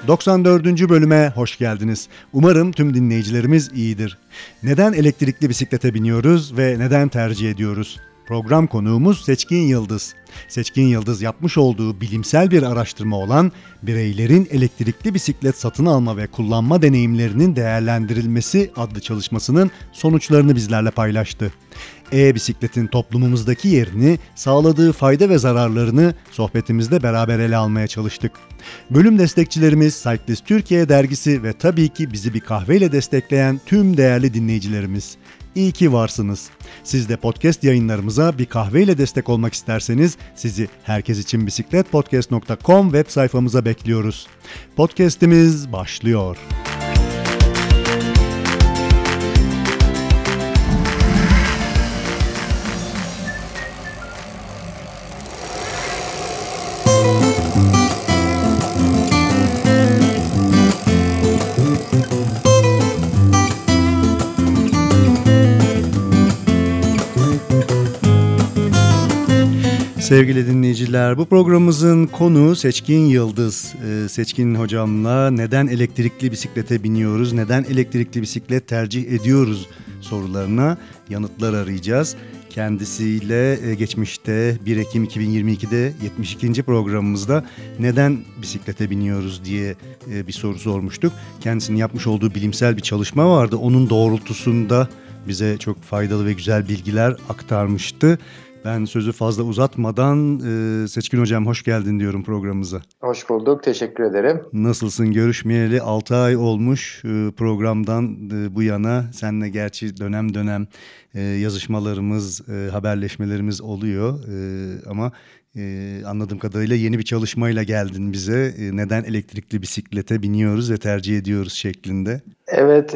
94. bölüme hoş geldiniz. Umarım tüm dinleyicilerimiz iyidir. Neden elektrikli bisiklete biniyoruz ve neden tercih ediyoruz? Program konuğumuz Seçkin Yıldız. Seçkin Yıldız yapmış olduğu bilimsel bir araştırma olan bireylerin elektrikli bisiklet satın alma ve kullanma deneyimlerinin değerlendirilmesi adlı çalışmasının sonuçlarını bizlerle paylaştı. E-bisikletin toplumumuzdaki yerini, sağladığı fayda ve zararlarını sohbetimizde beraber ele almaya çalıştık. Bölüm destekçilerimiz Cyclist Türkiye dergisi ve tabii ki bizi bir kahveyle destekleyen tüm değerli dinleyicilerimiz. İyi ki varsınız. Siz de podcast yayınlarımıza bir kahveyle destek olmak isterseniz sizi herkesicinbisikletpodcast.com web sayfamıza bekliyoruz. Podcast'imiz başlıyor. Sevgili dinleyiciler, bu programımızın konuğu Seçkin Yıldız. Seçkin hocamla neden elektrikli bisiklete biniyoruz, neden elektrikli bisiklet tercih ediyoruz sorularına yanıtlar arayacağız. Kendisiyle geçmişte 1 Ekim 2022'de 72. programımızda neden bisiklete biniyoruz diye bir soru sormuştuk. Kendisinin yapmış olduğu bilimsel bir çalışma vardı. Onun doğrultusunda bize çok faydalı ve güzel bilgiler aktarmıştı. Ben sözü fazla uzatmadan Seçkin Hocam hoş geldin diyorum programımıza. Hoş bulduk, teşekkür ederim. Nasılsın? Görüşmeyeli 6 ay olmuş programdan bu yana. Seninle gerçi dönem dönem yazışmalarımız, haberleşmelerimiz oluyor. Ama anladığım kadarıyla yeni bir çalışmayla geldin bize. Neden elektrikli bisiklete biniyoruz ve tercih ediyoruz şeklinde. Evet,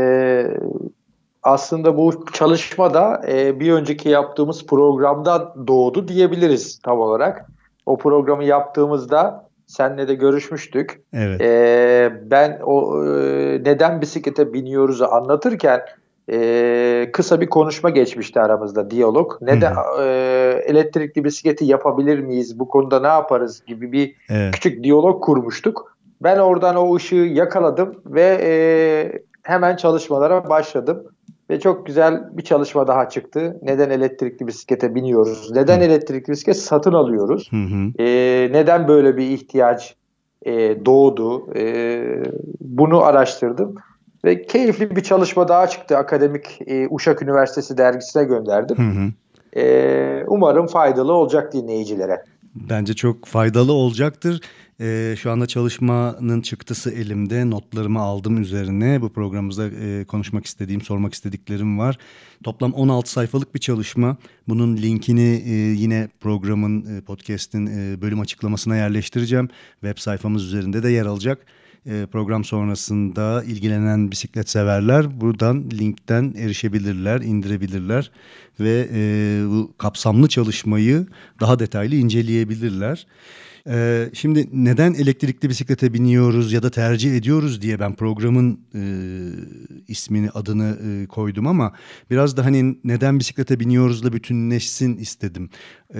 aslında bu çalışma da bir önceki yaptığımız programdan doğdu diyebiliriz tam olarak. O programı yaptığımızda seninle de görüşmüştük. Evet. Ben o neden bisiklete biniyoruzu anlatırken kısa bir konuşma geçmişti aramızda, diyalog. Neden elektrikli bisikleti yapabilir miyiz, bu konuda ne yaparız gibi bir küçük diyalog kurmuştuk. Ben oradan o ışığı yakaladım ve hemen çalışmalara başladım. Ve çok güzel bir çalışma daha çıktı. Neden elektrikli bisiklete biniyoruz? Neden elektrikli bisiklet satın alıyoruz? Neden böyle bir ihtiyaç doğdu? Bunu araştırdım. Ve keyifli bir çalışma daha çıktı. Akademik Uşak Üniversitesi dergisine gönderdim. Umarım faydalı olacak dinleyicilere. Bence çok faydalı olacaktır. Şu anda çalışmanın çıktısı elimde. Notlarımı aldım üzerine. Bu programımızda konuşmak istediğim, sormak istediklerim var. Toplam 16 sayfalık bir çalışma. Bunun linkini yine programın, podcast'in bölüm açıklamasına yerleştireceğim. Web sayfamız üzerinde de yer alacak. Program sonrasında ilgilenen bisiklet severler buradan linkten erişebilirler, indirebilirler ve bu kapsamlı çalışmayı daha detaylı inceleyebilirler. Şimdi neden elektrikli bisiklete biniyoruz ya da tercih ediyoruz diye ben programın ismini, adını koydum ama biraz da hani neden bisiklete biniyoruzla bütünleşsin istedim.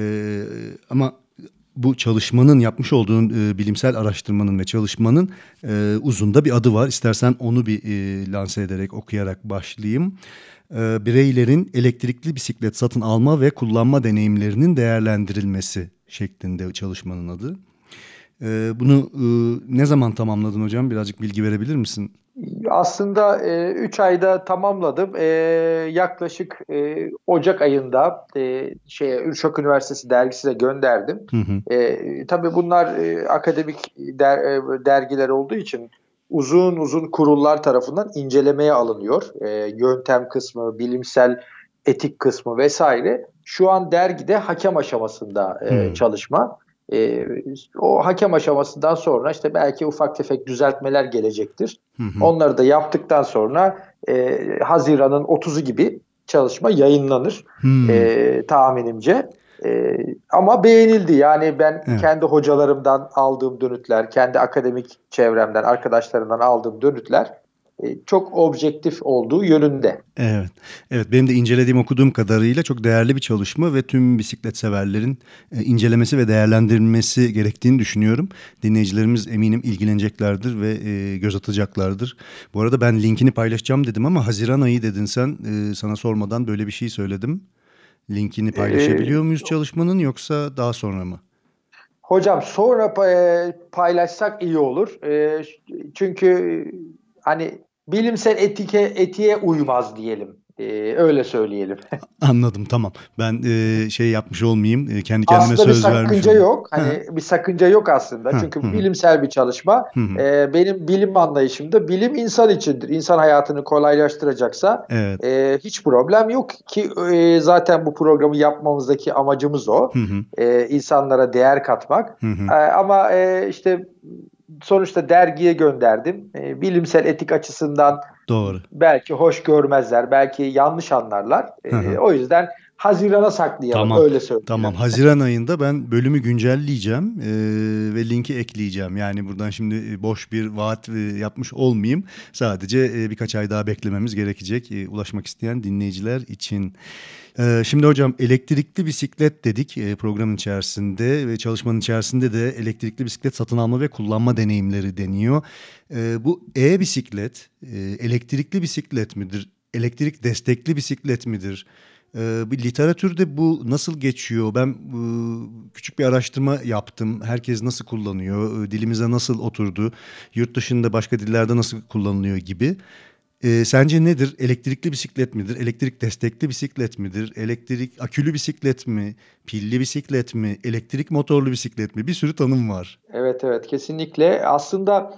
Ama bu çalışmanın, yapmış olduğun bilimsel araştırmanın ve çalışmanın uzun da bir adı var. İstersen onu bir lanse ederek, okuyarak başlayayım. Bireylerin elektrikli bisiklet satın alma ve kullanma deneyimlerinin değerlendirilmesi şeklinde çalışmanın adı. Bunu ne zaman tamamladın hocam? Birazcık bilgi verebilir misin? Aslında 3 ayda tamamladım. Yaklaşık Ocak ayında Uşak Üniversitesi dergisine gönderdim. Tabii bunlar akademik dergiler olduğu için uzun uzun kurullar tarafından incelemeye alınıyor. Yöntem kısmı, bilimsel etik kısmı vesaire. Şu an dergide hakem aşamasında çalışma. O hakem aşamasından sonra işte belki ufak tefek düzeltmeler gelecektir. Onları da yaptıktan sonra Haziran'ın 30'u gibi çalışma yayınlanır tahminimce. Ama beğenildi. Yani ben kendi hocalarımdan aldığım dönütler, kendi akademik çevremden, arkadaşlarımdan aldığım dönütler çok objektif olduğu yönünde. Evet. Evet, benim de incelediğim, okuduğum kadarıyla çok değerli bir çalışma ve tüm bisiklet severlerin incelemesi ve değerlendirilmesi gerektiğini düşünüyorum. Dinleyicilerimiz eminim ilgileneceklerdir ve göz atacaklardır. Bu arada ben linkini paylaşacağım dedim ama Haziran ayı dedin sen. Sana sormadan böyle bir şey söyledim. Linkini E, paylaşabiliyor muyuz çalışmanın, yoksa daha sonra mı? Hocam sonra paylaşsak iyi olur. Çünkü hani bilimsel etiğe uymaz diyelim. Öyle söyleyelim. Anladım, tamam. Ben şey yapmış olmayayım, kendi kendime Aslında bir söz vermiş sakınca olayım. yok. Ha, Hani bir sakınca yok aslında. ha, hı Çünkü hı, bilimsel bir çalışma. hı hı. Benim bilim anlayışımda bilim insan içindir. İnsan hayatını kolaylaştıracaksa Evet. hiç problem yok ki zaten bu programı yapmamızdaki amacımız o. Hı hı, İnsanlara değer katmak. hı hı. Ama işte sonuçta dergiye gönderdim. Bilimsel etik açısından Doğru. belki hoş görmezler, belki yanlış anlarlar. Hı hı. O yüzden Haziran'a saklayalım, Tamam. öyle Tamam. söyleyelim. Haziran ayında ben bölümü güncelleyeceğim ve linki ekleyeceğim. Yani buradan şimdi boş bir vaat yapmış olmayayım. Sadece birkaç ay daha beklememiz gerekecek ulaşmak isteyen dinleyiciler için. Şimdi hocam, elektrikli bisiklet dedik programın içerisinde ve çalışmanın içerisinde de elektrikli bisiklet satın alma ve kullanma deneyimleri deniyor. Bu e-bisiklet elektrikli bisiklet midir? Elektrik destekli bisiklet midir? Bir literatürde bu nasıl geçiyor? Ben küçük bir araştırma yaptım. Herkes nasıl kullanıyor? Dilimize nasıl oturdu? Yurt dışında başka dillerde nasıl kullanılıyor gibi. Sence nedir? Elektrikli bisiklet midir? Elektrik destekli bisiklet midir? Elektrik akülü bisiklet mi? Pilli bisiklet mi? Elektrik motorlu bisiklet mi? Bir sürü tanım var. Evet, evet, kesinlikle. Aslında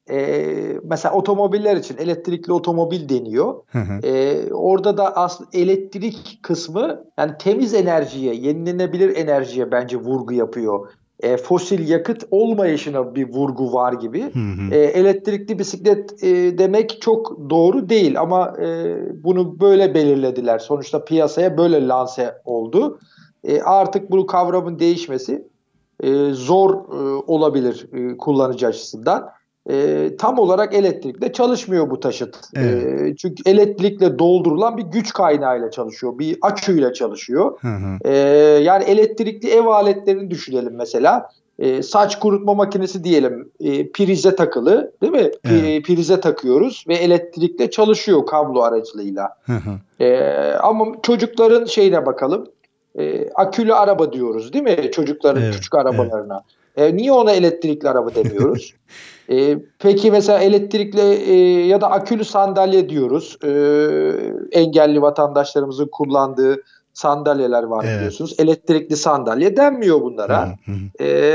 mesela otomobiller için elektrikli otomobil deniyor. Hı hı. Orada da aslında elektrik kısmı, yani temiz enerjiye, yenilenebilir enerjiye bence vurgu yapıyor. Fosil yakıt olmayışına bir vurgu var gibi. Hı hı. Elektrikli bisiklet demek çok doğru değil ama bunu böyle belirlediler. Sonuçta piyasaya böyle lanse oldu. Artık bu kavramın değişmesi zor olabilir kullanıcı açısından. Tam olarak elektrikle çalışmıyor bu taşıt. Evet. Çünkü elektrikle doldurulan bir güç kaynağıyla çalışıyor. Bir aküyle çalışıyor. Hı hı. Yani elektrikli ev aletlerini düşünelim mesela. Saç kurutma makinesi diyelim, prize takılı, değil mi? Evet. Prize takıyoruz ve elektrikle çalışıyor kablo aracılığıyla. Hı hı. Ama çocukların şeyine bakalım. Akülü araba diyoruz, değil mi? Çocukların Evet. küçük Evet. arabalarına. Niye ona elektrikli araba demiyoruz? Peki mesela elektrikli ya da akülü sandalye diyoruz. Engelli vatandaşlarımızın kullandığı sandalyeler var Evet. biliyorsunuz. Elektrikli sandalye denmiyor Hı hı. bunlara. Hı hı.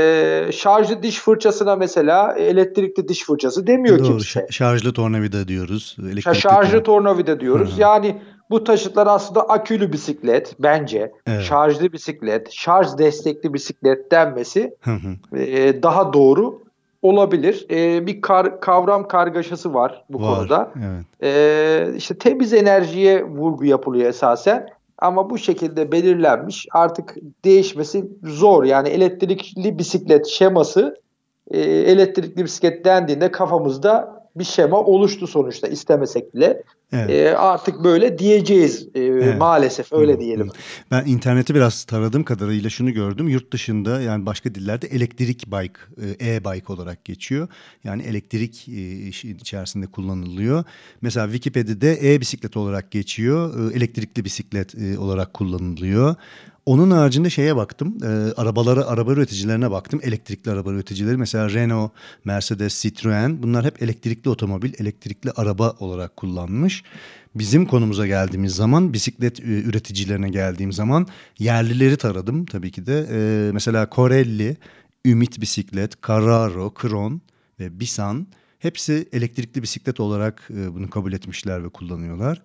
Şarjlı diş fırçasına mesela elektrikli diş fırçası demiyor Doğru. kimse. Şarjlı tornavida diyoruz. Elektrikli Şarjlı tornavida. tornavida Hı diyoruz. hı. Yani bu taşıtlar aslında akülü bisiklet bence. Evet. Şarjlı bisiklet, şarj destekli bisiklet denmesi Hı hı. daha doğru olabilir. Bir kavram kargaşası var bu Var. konuda. Evet. İşte temiz enerjiye vurgu yapılıyor esasen. Ama bu şekilde belirlenmiş. Artık değişmesi zor. Yani elektrikli bisiklet şeması, elektrikli bisiklet dendiğinde kafamızda bir şema oluştu sonuçta, istemesek bile. Evet. Artık böyle diyeceğiz. Evet. Maalesef Hı hı, öyle hı. diyelim. Ben interneti biraz taradığım kadarıyla şunu gördüm. Yurt dışında, yani başka dillerde elektrik bike, e-bike olarak geçiyor. Yani elektrik işin içerisinde kullanılıyor. Mesela Wikipedia'da e-bisiklet olarak geçiyor. Elektrikli bisiklet olarak kullanılıyor. Onun haricinde şeye baktım. Araba üreticilerine baktım. Elektrikli araba üreticileri. Mesela Renault, Mercedes, Citroen. Bunlar hep elektrikli otomobil, elektrikli araba olarak kullanmış. Bizim konumuza geldiğimiz zaman, bisiklet üreticilerine geldiğim zaman yerlileri taradım tabii ki de. Mesela Corelli, Ümit Bisiklet, Carraro, Kron ve Bisan, hepsi elektrikli bisiklet olarak bunu kabul etmişler ve kullanıyorlar.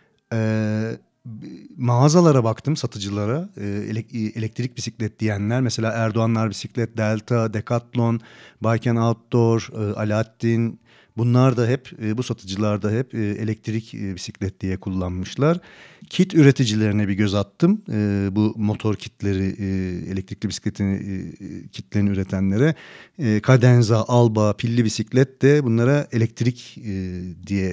Mağazalara baktım, satıcılara, elektrik bisiklet diyenler. Mesela Erdoğanlar Bisiklet, Delta, Decathlon, Bike and Outdoor, Alaaddin. Bunlar da hep, bu satıcılar da hep elektrik bisiklet diye kullanmışlar. Kit üreticilerine bir göz attım. Bu motor kitleri, elektrikli bisikletin kitlerini üretenlere. Cadenza, Alba, pilli bisiklet de bunlara elektrik diye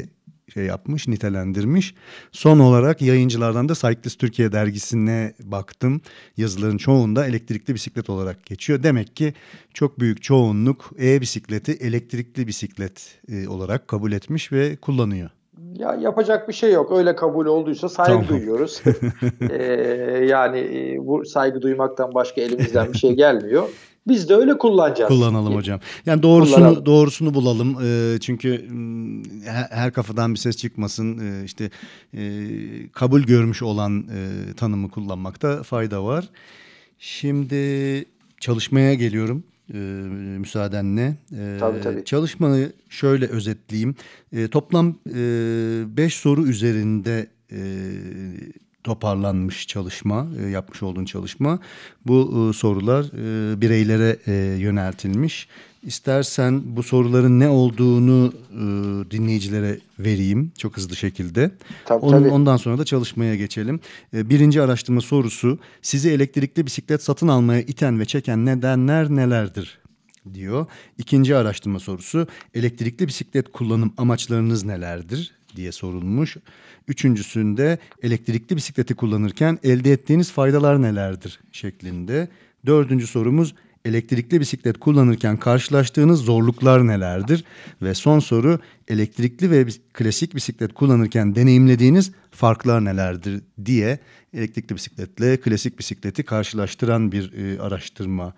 şey yapmış, nitelendirmiş. Son olarak yayıncılardan da Cyclist Türkiye dergisine baktım. Yazıların çoğunda elektrikli bisiklet olarak geçiyor. Demek ki çok büyük çoğunluk e-bisikleti elektrikli bisiklet olarak kabul etmiş ve kullanıyor. Ya yapacak bir şey yok. Öyle kabul olduysa saygı Tamam. duyuyoruz. Yani bu saygı duymaktan başka elimizden bir şey gelmiyor. Biz de öyle kullanacağız. Kullanalım hocam. Yani Kullanalım. doğrusunu bulalım. Çünkü her kafadan bir ses çıkmasın. İşte kabul görmüş olan tanımı kullanmakta fayda var. Şimdi çalışmaya geliyorum. Müsaadenle. Tabii tabii. Çalışmayı şöyle özetleyeyim. Toplam 5 soru üzerinde toparlanmış çalışma, yapmış olduğun çalışma. Bu sorular bireylere yöneltilmiş. İstersen bu soruların ne olduğunu dinleyicilere vereyim çok hızlı şekilde. Tabii tabii. Ondan sonra da çalışmaya geçelim. Birinci araştırma sorusu, sizi elektrikli bisiklet satın almaya iten ve çeken nedenler nelerdir diyor. İkinci araştırma sorusu, elektrikli bisiklet kullanım amaçlarınız nelerdir diye sorulmuş. Üçüncüsünde elektrikli bisikleti kullanırken elde ettiğiniz faydalar nelerdir şeklinde. Dördüncü sorumuz, elektrikli bisiklet kullanırken karşılaştığınız zorluklar nelerdir? Ve son soru, elektrikli ve klasik bisiklet kullanırken deneyimlediğiniz farklar nelerdir diye elektrikli bisikletle klasik bisikleti karşılaştıran bir araştırma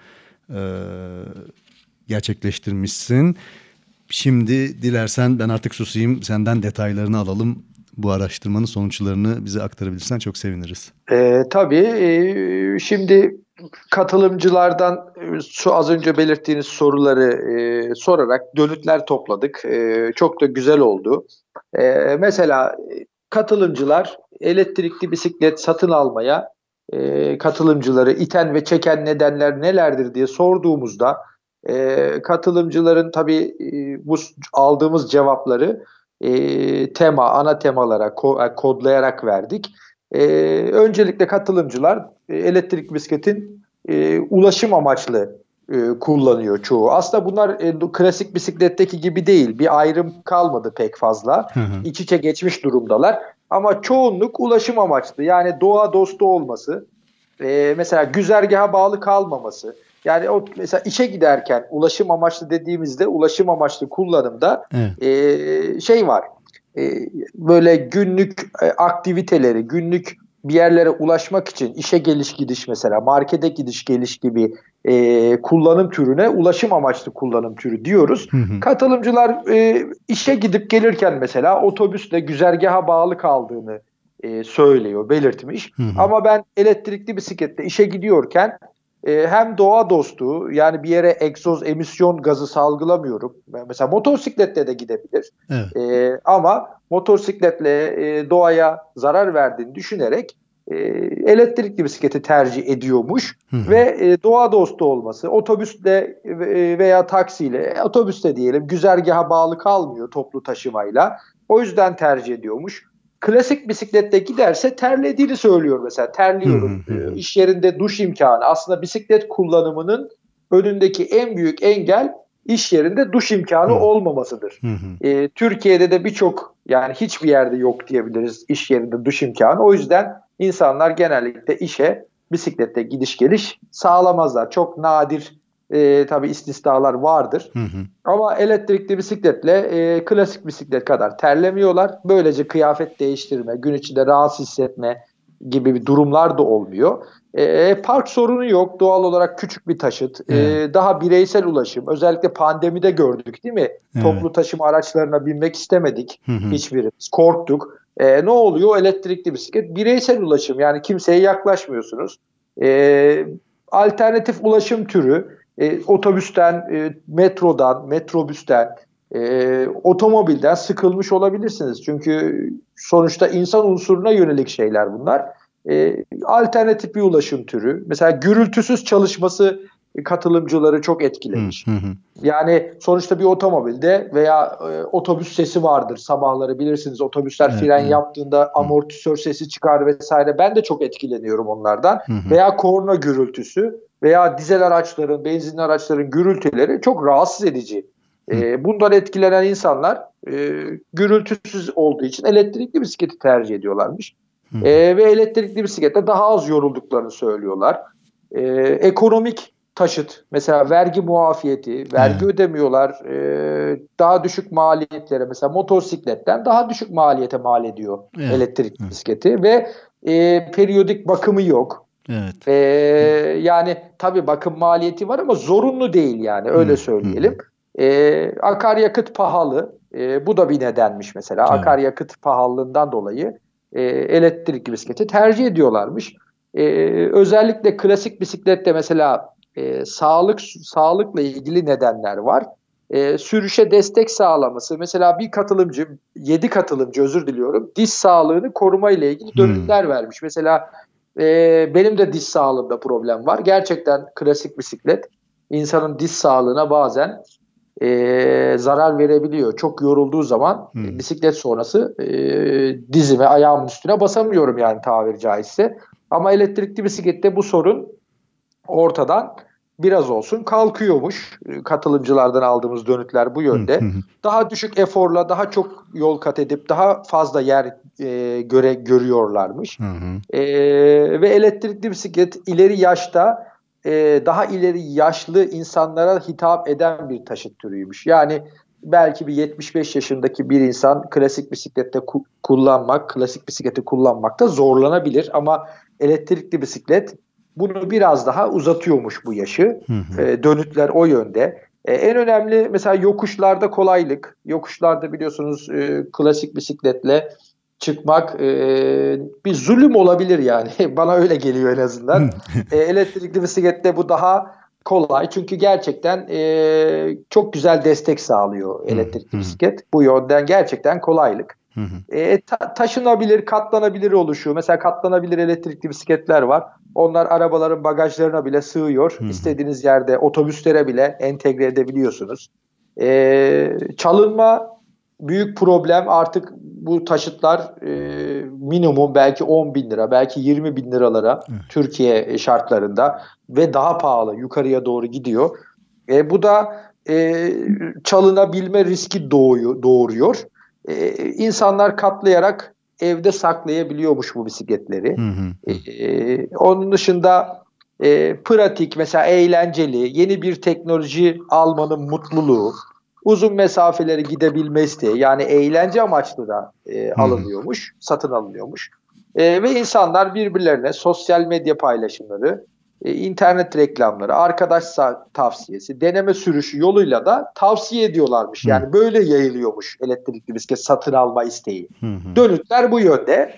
gerçekleştirmişsin. Şimdi dilersen ben artık susayım, senden detaylarını alalım. Bu araştırmanın sonuçlarını bize aktarabilirsen çok seviniriz. Tabii. Şimdi katılımcılardan şu az önce belirttiğiniz soruları sorarak dönütler topladık. Çok da güzel oldu. Mesela katılımcılar elektrikli bisiklet satın almaya katılımcıları iten ve çeken nedenler nelerdir diye sorduğumuzda katılımcıların tabii bu aldığımız cevapları ana temalara kodlayarak verdik. Öncelikle katılımcılar elektrik bisikletin ulaşım amaçlı kullanıyor çoğu. Aslında bunlar klasik bisikletteki gibi değil. Bir ayrım kalmadı pek fazla. İç içe geçmiş durumdalar. Ama çoğunluk ulaşım amaçlı. Yani doğa dostu olması, mesela güzergaha bağlı kalmaması. Yani o mesela işe giderken ulaşım amaçlı dediğimizde ulaşım amaçlı kullanımda Evet. şey var. Böyle günlük aktiviteleri, günlük bir yerlere ulaşmak için işe geliş gidiş mesela markete gidiş geliş gibi kullanım türüne ulaşım amaçlı kullanım türü diyoruz. Katılımcılar işe gidip gelirken mesela otobüsle güzergaha bağlı kaldığını söylüyor, belirtmiş. Ama ben elektrikli bisikletle işe gidiyorken hem doğa dostu yani bir yere egzoz emisyon gazı salgılamıyorum. Mesela motosikletle de gidebilir. Evet. Ama motosikletle doğaya zarar verdiğini düşünerek elektrikli bisikleti tercih ediyormuş ve doğa dostu olması otobüsle veya taksiyle otobüste diyelim güzergaha bağlı kalmıyor toplu taşımayla. O yüzden tercih ediyormuş. Klasik bisikletle giderse terlediğini söylüyor mesela. Terliyorum. İş yerinde duş imkanı. Aslında bisiklet kullanımının önündeki en büyük engel iş yerinde duş imkanı olmamasıdır. Türkiye'de de birçok yani hiçbir yerde yok diyebiliriz iş yerinde duş imkanı. O yüzden insanlar genellikle işe bisikletle gidiş geliş sağlamazlar. Çok nadir tabii istisnalar vardır. Ama elektrikli bisikletle klasik bisiklet kadar terlemiyorlar. Böylece kıyafet değiştirme, gün içinde rahatsız hissetme gibi bir durumlar da olmuyor. Park sorunu yok. Doğal olarak küçük bir taşıt. Daha bireysel ulaşım. Özellikle pandemide gördük değil mi? Evet. Toplu taşıma araçlarına binmek istemedik. Hiçbirimiz. Korktuk. Ne oluyor? Elektrikli bisiklet bireysel ulaşım. Yani kimseye yaklaşmıyorsunuz. Alternatif ulaşım türü. Otobüsten, metrodan, metrobüsten, otomobilden sıkılmış olabilirsiniz. Çünkü sonuçta insan unsuruna yönelik şeyler bunlar. Alternatif bir ulaşım türü. Mesela gürültüsüz çalışması katılımcıları çok etkilemiş. Yani sonuçta bir otomobilde veya otobüs sesi vardır sabahları bilirsiniz otobüsler fren yaptığında amortisör sesi çıkar vesaire. Ben de çok etkileniyorum onlardan. Veya korna gürültüsü veya dizel araçların, benzinli araçların gürültüleri çok rahatsız edici Bundan etkilenen insanlar gürültüsüz olduğu için elektrikli bisikleti tercih ediyorlarmış. Ve elektrikli bisiklette daha az yorulduklarını söylüyorlar. Ekonomik taşıt, mesela vergi muafiyeti, vergi ödemiyorlar, daha düşük maliyetlere, mesela motosikletten daha düşük maliyete mal ediyor elektrikli bisikleti ve periyodik bakımı yok. Evet. Yani tabii bakım maliyeti var ama zorunlu değil, yani öyle söyleyelim. Akaryakıt pahalı. Bu da bir nedenmiş mesela. Tabii. Akaryakıt pahalılığından dolayı elektrikli bisikleti tercih ediyorlarmış. Özellikle klasik bisiklette mesela sağlıkla ilgili nedenler var. Sürüşe destek sağlaması. Mesela 7 katılımcı özür diliyorum, diş sağlığını koruma ile ilgili dönütler vermiş. Mesela benim de diş sağlığımda problem var. Gerçekten klasik bisiklet insanın diş sağlığına bazen zarar verebiliyor. Çok yorulduğu zaman bisiklet sonrası dizime, ayağımın üstüne basamıyorum yani, tabiri caizse. Ama elektrikli bisiklette bu sorun ortadan biraz olsun kalkıyormuş. Katılımcılardan aldığımız dönütler bu yönde. Daha düşük eforla daha çok yol kat edip daha fazla yer görüyorlarmış. Ve elektrikli bisiklet ileri yaşta daha ileri yaşlı insanlara hitap eden bir taşıt türüymüş. Yani belki bir 75 yaşındaki bir insan klasik bisikleti kullanmakta zorlanabilir ama elektrikli bisiklet bunu biraz daha uzatıyormuş, bu yaşı. Dönütler o yönde. En önemli mesela yokuşlarda kolaylık. Yokuşlarda biliyorsunuz klasik bisikletle çıkmak bir zulüm olabilir yani. Bana öyle geliyor en azından. Elektrikli bisiklette bu daha kolay. Çünkü gerçekten çok güzel destek sağlıyor elektrikli bisiklet. Bu yönden gerçekten kolaylık. Taşınabilir, katlanabilir oluşu. Mesela katlanabilir elektrikli bisikletler var. Onlar arabaların bagajlarına bile sığıyor. İstediğiniz yerde otobüslere bile entegre edebiliyorsunuz. Çalınma büyük problem. Artık bu taşıtlar minimum belki 10 bin lira, belki 20 bin liralara Türkiye şartlarında ve daha pahalı yukarıya doğru gidiyor. Bu da çalınabilme riski doğuruyor. İnsanlar katlayarak evde saklayabiliyormuş bu bisikletleri. Onun dışında pratik, mesela eğlenceli, yeni bir teknoloji almanın mutluluğu, uzun mesafeleri gidebilme isteği, yani eğlence amaçlı da alınıyormuş, satın alınıyormuş. Ve insanlar birbirlerine sosyal medya paylaşımları, internet reklamları, arkadaş tavsiyesi, deneme sürüşü yoluyla da tavsiye ediyorlarmış. Yani böyle yayılıyormuş elektrikli bisiklet satın alma isteği. Dönütler bu yönde.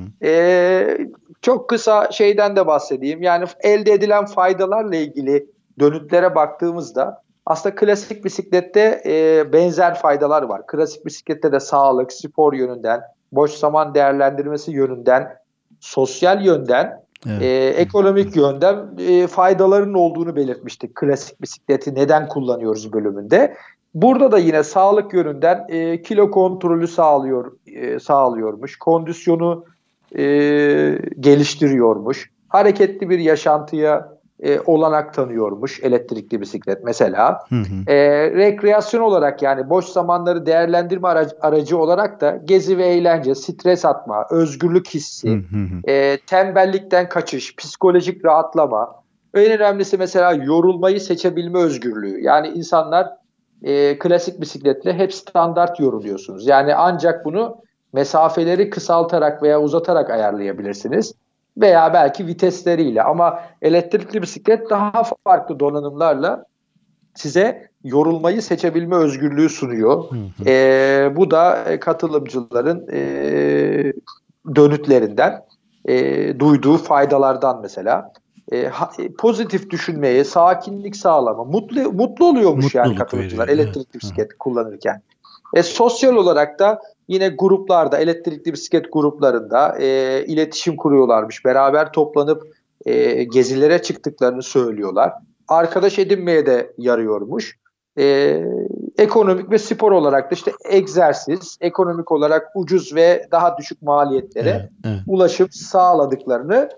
Çok kısa şeyden de bahsedeyim. Yani elde edilen faydalarla ilgili dönütlere baktığımızda aslında klasik bisiklette benzer faydalar var. Klasik bisiklette de sağlık, spor yönünden, boş zaman değerlendirmesi yönünden, sosyal yönden, ekonomik yönden faydalarının olduğunu belirtmiştik. Klasik bisikleti neden kullanıyoruz bölümünde. Burada da yine sağlık yönünden kilo kontrolü sağlıyormuş, kondisyonu geliştiriyormuş, hareketli bir yaşantıya olanak tanıyormuş elektrikli bisiklet mesela. Rekreasyon olarak, yani boş zamanları değerlendirme aracı olarak da gezi ve eğlence, stres atma, özgürlük hissi, tembellikten kaçış, psikolojik rahatlama. En önemlisi mesela yorulmayı seçebilme özgürlüğü. Yani insanlar klasik bisikletle hep standart yoruluyorsunuz. Yani ancak bunu mesafeleri kısaltarak veya uzatarak ayarlayabilirsiniz. Veya belki vitesleriyle, ama elektrikli bisiklet daha farklı donanımlarla size yorulmayı seçebilme özgürlüğü sunuyor. Bu da katılımcıların dönütlerinden duyduğu faydalardan mesela. Pozitif düşünmeye, sakinlik sağlama, mutlu oluyormuş yani Mutluluk katılımcılar veriyor. elektrikli bisiklet kullanırken. Sosyal olarak da yine gruplarda, elektrikli bisiklet gruplarında iletişim kuruyorlarmış. Beraber toplanıp gezilere çıktıklarını söylüyorlar. Arkadaş edinmeye de yarıyormuş. Ekonomik ve spor olarak da işte egzersiz, ekonomik olarak ucuz ve daha düşük maliyetlere ulaşım sağladıklarını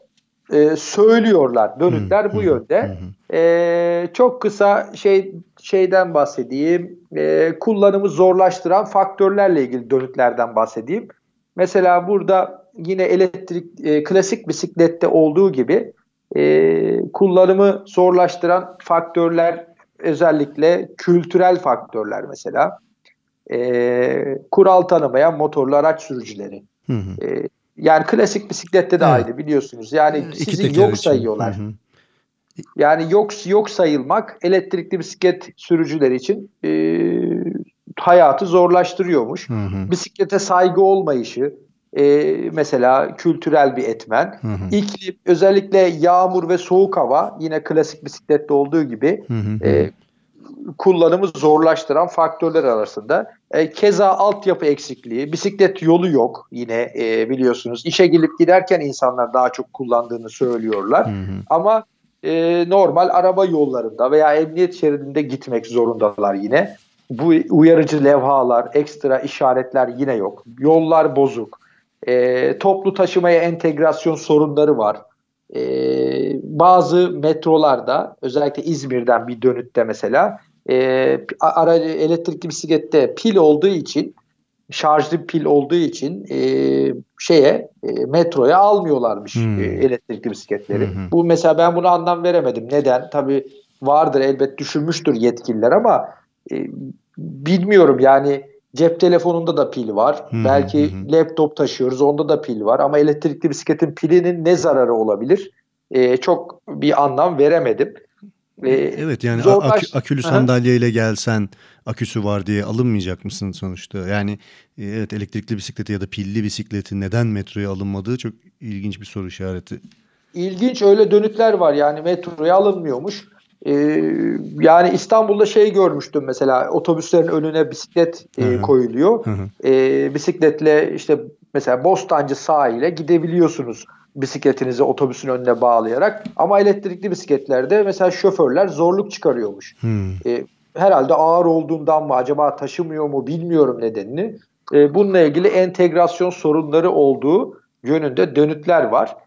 söylüyorlar. Dönütler bu yönde. Çok kısa şeyden bahsedeyim. Kullanımı zorlaştıran faktörlerle ilgili dönütlerden bahsedeyim. Mesela burada yine klasik bisiklette olduğu gibi kullanımı zorlaştıran faktörler, özellikle kültürel faktörler mesela. Kural tanımayan motorlu araç sürücüleri. Hı hı. Yani klasik bisiklette de Evet. aynı, biliyorsunuz. Yani İki sizi teker yok için. Hı sayıyorlar. hı. Yani yok sayılmak elektrikli bisiklet sürücüleri için hayatı zorlaştırıyormuş. Hı hı. Bisiklete saygı olmayışı mesela kültürel bir etmen. Hı hı. İklim, özellikle yağmur ve soğuk hava, yine klasik bisiklette olduğu gibi Hı hı. Hı hı. kullanımı zorlaştıran faktörler arasında. Keza altyapı eksikliği, bisiklet yolu yok yine, biliyorsunuz. İşe gelip giderken insanlar daha çok kullandığını söylüyorlar. Hı hı. Ama normal araba yollarında veya emniyet şeridinde gitmek zorundalar yine. Bu uyarıcı levhalar, ekstra işaretler yine yok. Yollar bozuk. Toplu taşımaya entegrasyon sorunları var. Bazı metrolarda, özellikle İzmir'den bir dönütte mesela, elektrikli bisiklette pil olduğu için, şarjlı pil olduğu için metroya almıyorlarmış Hı elektrikli bisikletleri. hı. Bu mesela, ben buna anlam veremedim. Neden? Tabii vardır elbet, düşünmüştür yetkililer ama e, bilmiyorum yani. Cep telefonunda da pil var. Hı hı. Hı Belki hı. laptop taşıyoruz, onda da pil var, ama elektrikli bisikletin pilinin ne zararı olabilir? Çok bir anlam veremedim. Evet, yani Zorlaş. akülü Hı hı. sandalyeyle gelsen aküsü var diye alınmayacak mısın sonuçta? Yani evet, elektrikli bisikleti ya da pilli bisikleti neden metroya alınmadığı çok ilginç bir soru işareti. İlginç, öyle dönütler var yani, metroya alınmıyormuş. Ee, Yani İstanbul'da görmüştüm mesela, otobüslerin önüne bisiklet Hı hı. koyuluyor. Hı hı. Bisikletle işte mesela Bostancı sahile gidebiliyorsunuz, bisikletinizi otobüsün önüne bağlayarak, ama elektrikli bisikletlerde mesela şoförler zorluk çıkarıyormuş. Hı. Herhalde ağır olduğundan mı, acaba taşımıyor mu, bilmiyorum nedenini. Bununla ilgili entegrasyon sorunları olduğu yönünde dönütler var.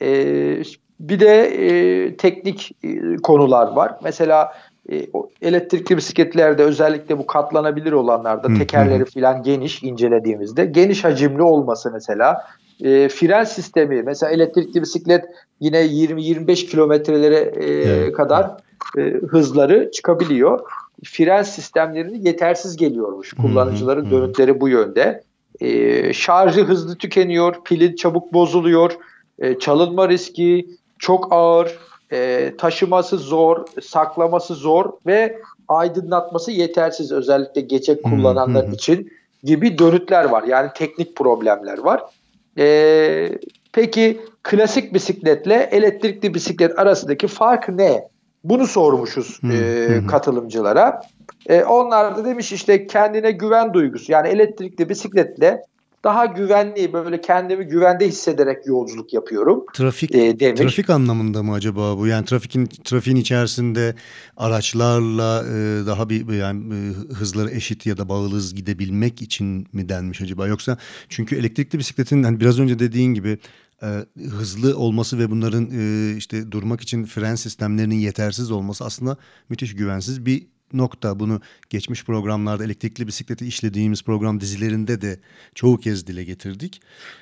Bir de teknik konular var. Mesela elektrikli bisikletlerde, özellikle bu katlanabilir olanlarda, Hı hı. Hı. tekerleri falan geniş, incelediğimizde geniş hacimli olması mesela, fren sistemi mesela, elektrikli bisiklet yine 20-25 kilometrelere Evet. kadar hızları çıkabiliyor. Fren sistemlerini yetersiz geliyormuş. Hı hı. Hı Kullanıcıların hı. dönütleri bu yönde. Şarjı hızlı tükeniyor, pili çabuk bozuluyor, çalınma riski çok ağır, taşıması zor, saklaması zor ve aydınlatması yetersiz, özellikle gece Hı hı. kullananlar Hı. için, gibi dönütler var. Yani teknik problemler var. E, peki klasik bisikletle elektrikli bisiklet arasındaki fark ne? Bunu sormuşuz Hı hı. katılımcılara. Onlar da demiş işte, kendine güven duygusu. Yani elektrikli bisikletle daha güvenli, böyle kendimi güvende hissederek yolculuk yapıyorum demiş. Trafik anlamında mı acaba bu? Yani trafiğin içerisinde araçlarla daha yani hızları eşit ya da bağlı hız gidebilmek için mi denmiş acaba? Yoksa çünkü elektrikli bisikletin hani biraz önce dediğin gibi hızlı olması ve bunların işte durmak için fren sistemlerinin yetersiz olması aslında müthiş güvensiz bir nokta. Bunu geçmiş programlarda elektrikli bisikleti işlediğimiz program dizilerinde de çoğu kez dile getirdik.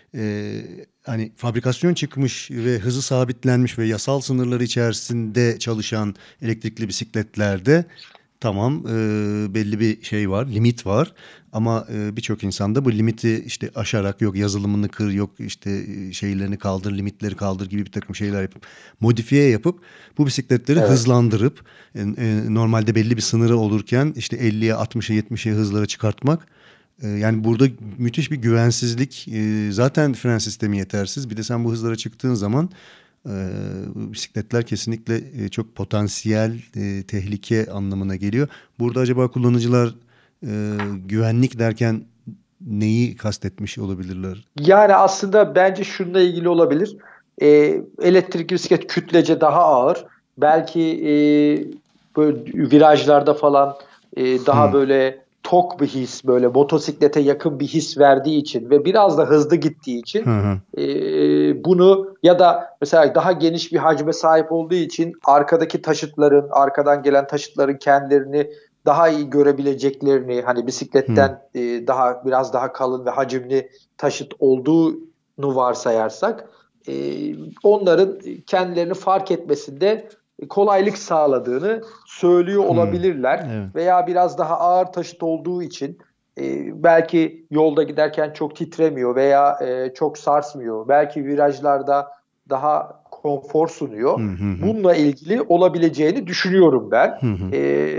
Hani fabrikasyon çıkmış ve hızı sabitlenmiş ve yasal sınırları içerisinde çalışan elektrikli bisikletlerde tamam, belli bir şey var, limit var, ama birçok insanda bu limiti işte aşarak, yok yazılımını kır, yok işte şeylerini kaldır, limitleri kaldır gibi bir takım şeyler yapıp modifiye yapıp bu bisikletleri Evet. hızlandırıp normalde belli bir sınırı olurken işte 50'ye 60'a 70'e hızlara çıkartmak. Yani burada müthiş bir güvensizlik. Zaten fren sistemi yetersiz. Bir de sen bu hızlara çıktığın zaman bisikletler kesinlikle çok potansiyel tehlike anlamına geliyor. Burada acaba kullanıcılar güvenlik derken neyi kastetmiş olabilirler? Yani aslında bence şununla ilgili olabilir. Elektrikli bisiklet kütlece daha ağır. Belki böyle virajlarda falan daha Hmm. böyle tok bir his, böyle motosiklete yakın bir his verdiği için ve biraz da hızlı gittiği için Hı hı. bunu, ya da mesela daha geniş bir hacme sahip olduğu için arkadaki taşıtların, arkadan gelen taşıtların kendilerini daha iyi görebileceklerini, hani Hı. bisikletten biraz daha kalın ve hacimli taşıt olduğunu varsayarsak, e, onların kendilerini fark etmesinde kolaylık sağladığını söylüyor Hı. olabilirler. Evet. Veya biraz daha ağır taşıt olduğu için belki yolda giderken çok titremiyor veya çok sarsmıyor. Belki virajlarda daha konfor Hı sunuyor. hı hı. Bununla ilgili olabileceğini düşünüyorum ben. Hı hı.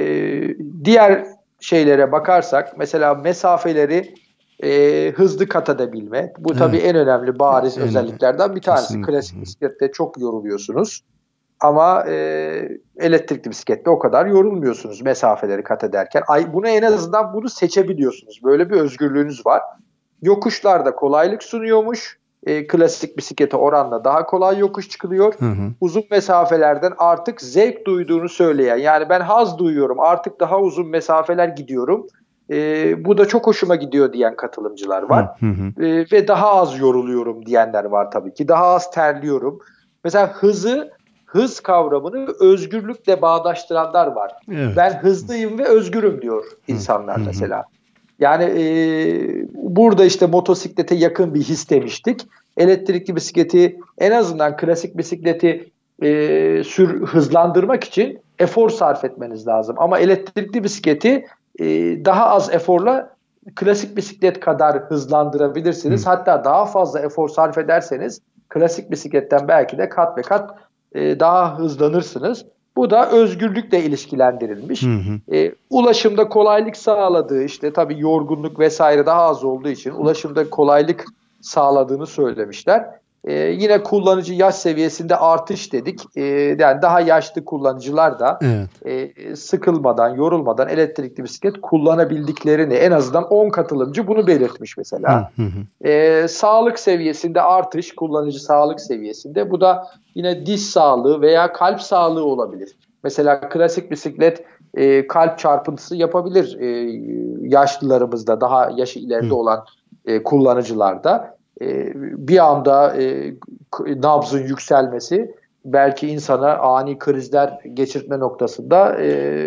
Diğer şeylere bakarsak, mesela mesafeleri hızlı kat edebilme. Bu tabii Evet. en önemli bariz En özelliklerden bir tanesi. kesinlikle. Klasik bisiklette çok yoruluyorsunuz. Ama elektrikli bisiklette o kadar yorulmuyorsunuz mesafeleri kat ederken. Bunu en azından bunu seçebiliyorsunuz. Böyle bir özgürlüğünüz var. Yokuşlarda kolaylık sunuyormuş. Klasik bisiklete oranla daha kolay yokuş çıkılıyor. Hı hı. Uzun mesafelerden artık zevk duyduğunu söyleyen, yani ben haz duyuyorum, artık daha uzun mesafeler gidiyorum, bu da çok hoşuma gidiyor diyen katılımcılar Hı var. hı hı. Ve daha az yoruluyorum diyenler var tabii ki. Daha az terliyorum. Mesela hız kavramını özgürlükle bağdaştıranlar var. Ben Evet. hızlıyım ve özgürüm diyor Hı hı insanlar hı. mesela. Yani burada işte motosiklete yakın bir his demiştik. Elektrikli bisikleti, en azından klasik bisikleti hızlandırmak için efor sarf etmeniz lazım. Ama elektrikli bisikleti e, daha az eforla klasik bisiklet kadar Hı. hızlandırabilirsiniz. Hatta daha fazla efor sarf ederseniz klasik bisikletten belki de kat ve kat daha hızlanırsınız. Bu da özgürlükle Hı ilişkilendirilmiş. hı. Ulaşımda kolaylık sağladığı, işte tabii yorgunluk vesaire daha az olduğu için ulaşımda kolaylık sağladığını söylemişler. Yine kullanıcı yaş seviyesinde artış dedik. Yani daha yaşlı kullanıcılar da Evet. sıkılmadan, yorulmadan elektrikli bisiklet kullanabildiklerini, en azından 10 katılımcı bunu belirtmiş Hı mesela. hı hı. Sağlık seviyesinde artış, kullanıcı sağlık seviyesinde. Bu da yine diş sağlığı veya kalp sağlığı olabilir. Mesela klasik bisiklet kalp çarpıntısı yapabilir yaşlılarımızda, daha yaşı ileride Hı. olan kullanıcılarda. Bir anda nabzın yükselmesi belki insana ani krizler geçirtme noktasında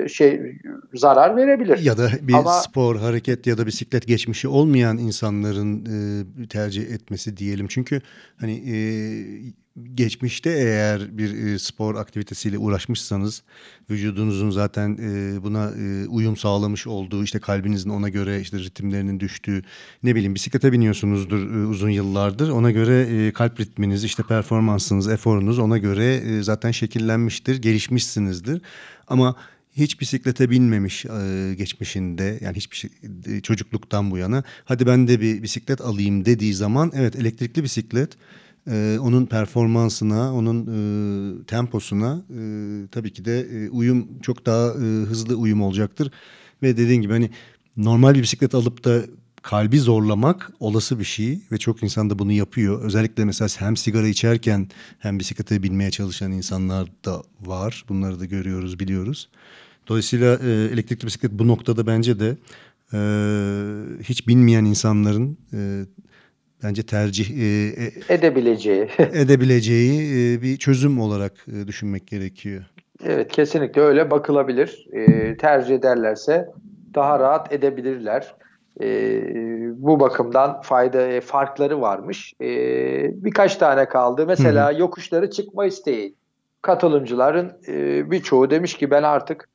zarar verebilir. Ya da bir Ama spor, hareket ya da bisiklet geçmişi olmayan insanların tercih etmesi diyelim. Çünkü hani geçmişte eğer bir spor aktivitesiyle uğraşmışsanız vücudunuzun zaten buna uyum sağlamış olduğu, işte kalbinizin ona göre işte ritimlerinin düştüğü, ne bileyim bisiklete biniyorsunuzdur uzun yıllardır. Ona göre kalp ritminiz, işte performansınız, eforunuz ona göre zaten şekillenmiştir, gelişmişsinizdir. Ama hiç bisiklete binmemiş geçmişinde, yani hiçbir şey, çocukluktan bu yana hadi ben de bir bisiklet alayım dediği zaman, evet, elektrikli bisiklet onun performansına, onun temposuna tabii ki de uyum, çok daha hızlı uyum olacaktır. Ve dediğin gibi hani normal bir bisiklet alıp da kalbi zorlamak olası bir şey ve çok insan da bunu yapıyor. Özellikle mesela hem sigara içerken hem bisiklete binmeye çalışan insanlar da var. Bunları da görüyoruz, biliyoruz. Dolayısıyla elektrikli bisiklet bu noktada bence de hiç bilmeyen insanların bence tercih edebileceği. edebileceği bir çözüm olarak düşünmek gerekiyor. Evet, kesinlikle öyle bakılabilir. Tercih ederlerse daha rahat edebilirler. Bu bakımdan farkları varmış. Birkaç tane kaldı. Hı hı, Mesela yokuşları çıkma isteği. Katılımcıların birçoğu demiş ki ben artık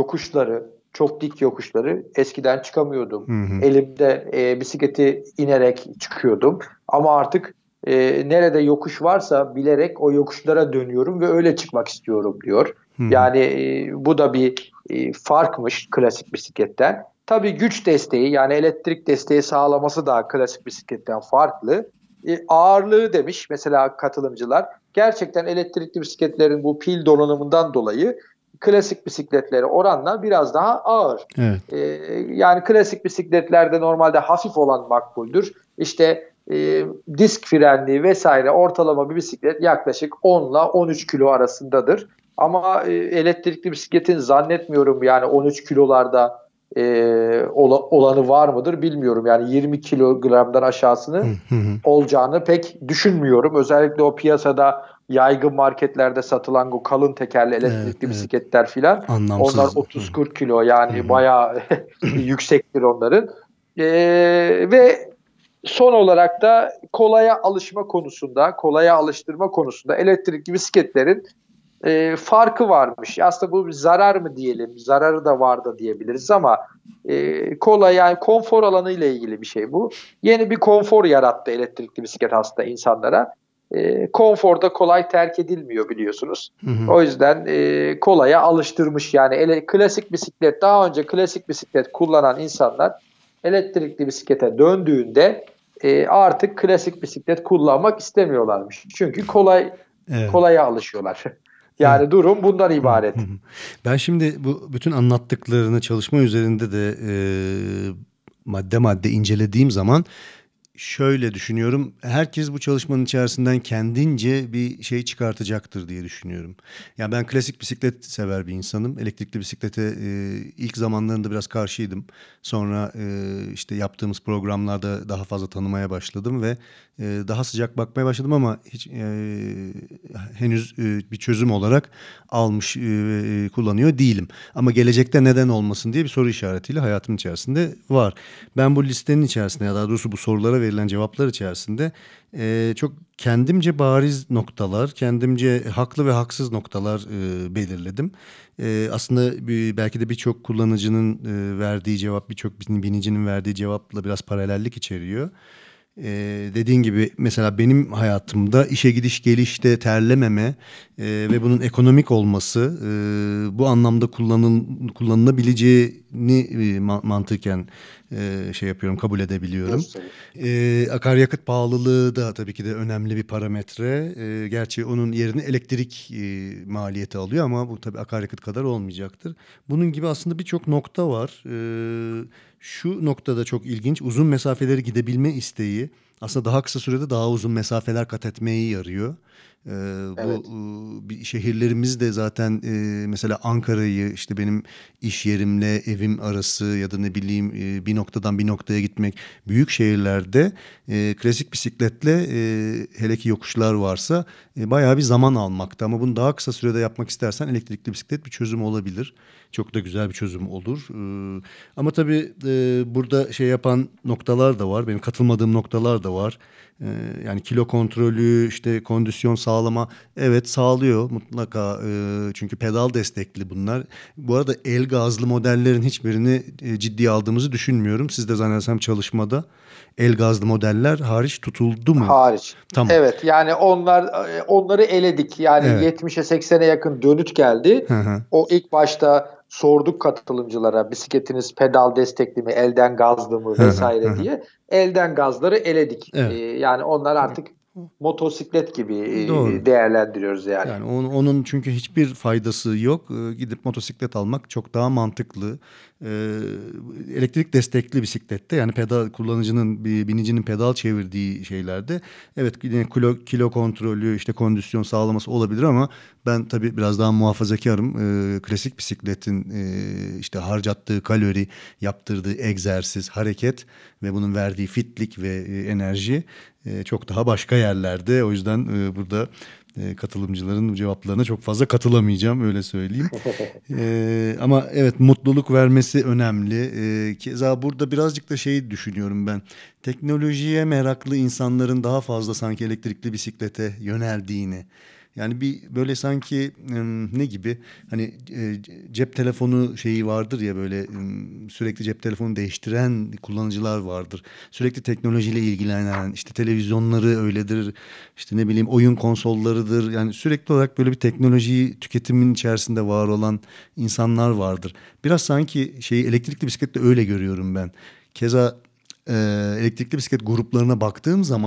çok dik yokuşları eskiden çıkamıyordum. hı hı, Elimde bisikleti inerek çıkıyordum. Ama artık nerede yokuş varsa bilerek o yokuşlara dönüyorum ve öyle çıkmak istiyorum diyor. hı hı. Yani bu da bir farkmış klasik bisikletten. Tabii güç desteği, yani elektrik desteği sağlaması da klasik bisikletten farklı. Ağırlığı demiş mesela katılımcılar. Gerçekten elektrikli bisikletlerin bu pil donanımından dolayı klasik bisikletlere oranla biraz daha ağır. Evet. E, Yani klasik bisikletlerde normalde hafif olan makbuldür. İşte disk frenli vesaire ortalama bir bisiklet yaklaşık 10 ile 13 kilo arasındadır. Ama elektrikli bisikletin zannetmiyorum yani 13 kilolarda olanı var mıdır bilmiyorum. Yani 20 kilogramdan aşağısını olacağını pek düşünmüyorum. Özellikle o piyasada yaygın marketlerde satılan o kalın tekerli Evet, elektrikli evet. bisikletler filan, onlar Anlamsız. 30-40 kilo, yani bayağı yüksektir onların. Ve son olarak da kolaya alışma konusunda, kolaya alıştırma konusunda elektrikli bisikletlerin farkı varmış. Aslında bu bir zarar mı diyelim, zararı da var da diyebiliriz ama kolay, yani konfor alanı ile ilgili bir şey bu. Yeni bir konfor yarattı elektrikli bisiklet aslında insanlara. Konforda kolay terk edilmiyor biliyorsunuz. O yüzden kolaya alıştırmış. Yani klasik bisiklet, daha önce klasik bisiklet kullanan insanlar elektrikli bisiklete döndüğünde artık klasik bisiklet kullanmak istemiyorlarmış. Çünkü Evet. kolaya alışıyorlar. Evet. Yani durum bundan ibaret. Ben şimdi bu bütün anlattıklarını çalışma üzerinde de madde madde incelediğim zaman şöyle düşünüyorum. Herkes bu çalışmanın içerisinden kendince bir şey çıkartacaktır diye düşünüyorum. Yani ben klasik bisiklet sever bir insanım. Elektrikli bisiklete ilk zamanlarında biraz karşıydım. Sonra işte yaptığımız programlarda daha fazla tanımaya başladım ve daha sıcak bakmaya başladım ama hiç henüz bir çözüm olarak almış kullanıyor değilim. Ama gelecekte neden olmasın diye bir soru işaretiyle hayatım içerisinde var. Ben bu listenin içerisinde, ya daha doğrusu bu sorulara verilen cevaplar içerisinde çok kendimce bariz noktalar, kendimce haklı ve haksız noktalar belirledim. Aslında belki de birçok kullanıcının verdiği cevap, birçok binicinin verdiği cevapla biraz paralellik içeriyor. Dediğin gibi mesela benim hayatımda işe gidiş gelişte terlememe ve bunun ekonomik olması bu anlamda kullanılabileceğini mantıken şey yapıyorum, kabul edebiliyorum. Gösteriyor. Akaryakıt pahalılığı da tabii ki de önemli bir parametre. Gerçi onun yerini elektrik maliyeti alıyor ama bu tabii akaryakıt kadar olmayacaktır. Bunun gibi aslında birçok nokta var. Şu noktada çok ilginç, uzun mesafeleri gidebilme isteği aslında daha kısa sürede daha uzun mesafeler kat etmeyi yarıyor. Ee, bu Evet. bir şehirlerimiz de zaten mesela Ankara'yı, işte benim iş yerimle evim arası ya da ne bileyim bir noktadan bir noktaya gitmek, büyük şehirlerde klasik bisikletle hele ki yokuşlar varsa bayağı bir zaman almakta, ama bunu daha kısa sürede yapmak istersen elektrikli bisiklet bir çözüm olabilir. Çok da güzel bir çözüm olur. Ama tabii burada şey yapan noktalar da var. Benim katılmadığım noktalar da var. Yani kilo kontrolü, işte kondisyon sağlama, evet sağlıyor mutlaka. Çünkü pedal destekli bunlar. Bu arada el gazlı modellerin hiçbirini ciddiye aldığımızı düşünmüyorum. Siz de zannedersem çalışmada el gazlı modeller hariç tutuldu mu? Hariç. Tamam. Evet, yani onları eledik. Yani Evet. 70'e 80'e yakın dönüt geldi. Hı hı. O ilk başta sorduk katılımcılara, bisikletiniz pedal destekli mi, elden gazlı mı Hı hı. Hı vesaire hı. diye. Elden gazları eledik. Evet. Yani onlar artık motosiklet gibi Doğru. değerlendiriyoruz yani. Yani onun çünkü hiçbir faydası yok. Gidip motosiklet almak çok daha mantıklı. Elektrik destekli bisiklette, yani pedal kullanıcının, binicinin pedal çevirdiği şeylerde evet yine kilo kontrolü, işte kondisyon sağlaması olabilir ama ben tabii biraz daha muhafazakarım. Klasik bisikletin işte harcattığı kalori, yaptırdığı egzersiz, hareket ve bunun verdiği fitlik ve enerji çok daha başka yerlerde. O yüzden burada katılımcıların cevaplarına çok fazla katılamayacağım, öyle söyleyeyim. Ama evet, mutluluk vermesi önemli. Keza burada birazcık da şeyi düşünüyorum ben. Teknolojiye meraklı insanların daha fazla sanki elektrikli bisiklete yöneldiğini. Yani bir böyle sanki ne gibi, hani cep telefonu şeyi vardır ya, böyle sürekli cep telefonu değiştiren kullanıcılar vardır. Sürekli teknolojiyle ilgilenen, işte televizyonları öyledir, işte ne bileyim oyun konsollarıdır. Yani sürekli olarak böyle bir teknolojiyi tüketimin içerisinde var olan insanlar vardır. Biraz sanki şeyi elektrikli bisiklette öyle görüyorum ben. Keza elektrikli bisiklet gruplarına baktığım zaman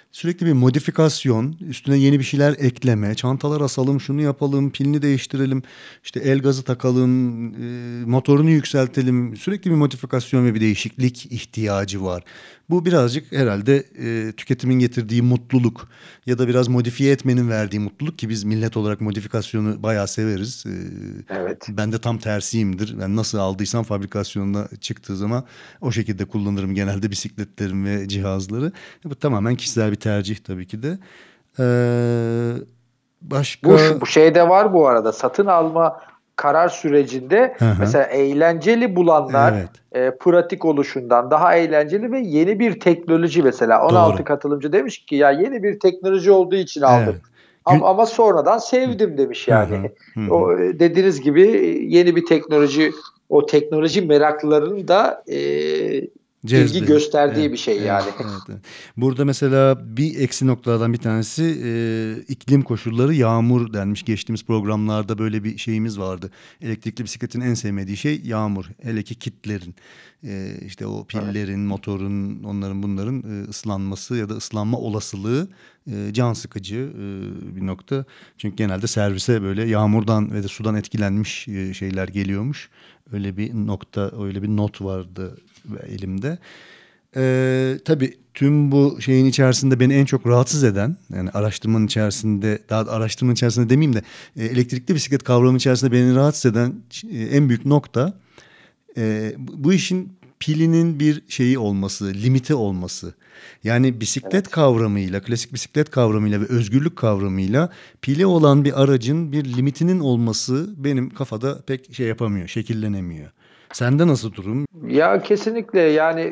Sürekli bir modifikasyon, üstüne yeni bir şeyler ekleme, çantalar asalım, şunu yapalım, pilini değiştirelim, işte el gazı takalım, motorunu yükseltelim. Sürekli bir modifikasyon ve bir değişiklik ihtiyacı var. Bu birazcık herhalde tüketimin getirdiği mutluluk ya da biraz modifiye etmenin verdiği mutluluk ki biz millet olarak modifikasyonu bayağı severiz. Evet. Ben de tam tersiyimdir. Ben nasıl aldıysam fabrikasyonuna çıktığı zaman o şekilde kullanırım genelde bisikletlerim ve cihazları. Bu tamamen kişisel bir tercih tabii ki de. Ee, başka... Bu şeyde var bu arada, satın alma karar sürecinde Hı hı. mesela eğlenceli bulanlar Evet. pratik oluşundan daha eğlenceli ve yeni bir teknoloji, mesela Doğru. 16 katılımcı demiş ki ya yeni bir teknoloji olduğu için aldım. Evet. Ama, ama sonradan sevdim demiş Hı yani. hı. Hı hı. O dediğiniz gibi yeni bir teknoloji, o teknoloji meraklılarının da ilgi Cezbedici. Evet, gösterdiği bir şey evet, yani. evet, evet. Burada mesela bir eksi noktalardan bir tanesi iklim koşulları yağmur denmiş. Geçtiğimiz programlarda böyle bir şeyimiz vardı. Elektrikli bisikletin en sevmediği şey yağmur. Hele ki kitlerin. İşte o Evet. pillerin, motorun, onların bunların ıslanması ya da ıslanma olasılığı can sıkıcı bir nokta. Çünkü genelde servise böyle yağmurdan ve de sudan etkilenmiş şeyler geliyormuş. Öyle bir nokta, öyle bir not vardı elimde. Tabii tüm bu şeyin içerisinde beni en çok rahatsız eden, yani araştırmanın içerisinde, daha araştırmanın içerisinde demeyeyim de elektrikli bisiklet kavramı içerisinde beni rahatsız eden en büyük nokta bu işin pilinin bir şeyi olması, limiti olması. Yani bisiklet Evet. kavramıyla, klasik bisiklet kavramıyla ve özgürlük kavramıyla pili olan bir aracın bir limitinin olması benim kafada pek şey yapamıyor, şekillenemiyor. Sende nasıl durum? Ya kesinlikle yani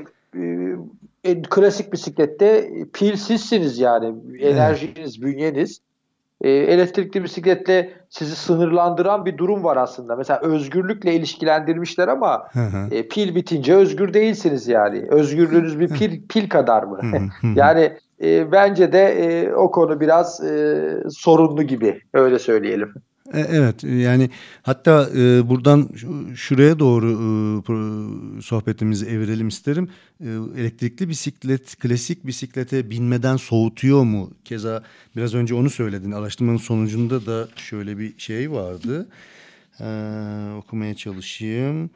klasik bisiklette pil sizsiniz yani, Evet. enerjiniz, bünyeniz. Elektrikli bisikletle sizi sınırlandıran bir durum var aslında. Mesela özgürlükle ilişkilendirmişler ama Hı hı. pil bitince özgür değilsiniz yani. Özgürlüğünüz bir pil kadar mı? Hı hı, hı hı. Yani bence de o konu biraz sorunlu gibi, öyle söyleyelim. Evet yani hatta buradan şuraya doğru sohbetimizi evirelim isterim. Elektrikli bisiklet klasik bisiklete binmeden soğutuyor mu? Keza biraz önce onu söyledin. Araştırmanın sonucunda da şöyle bir şey vardı. Okumaya çalışayım.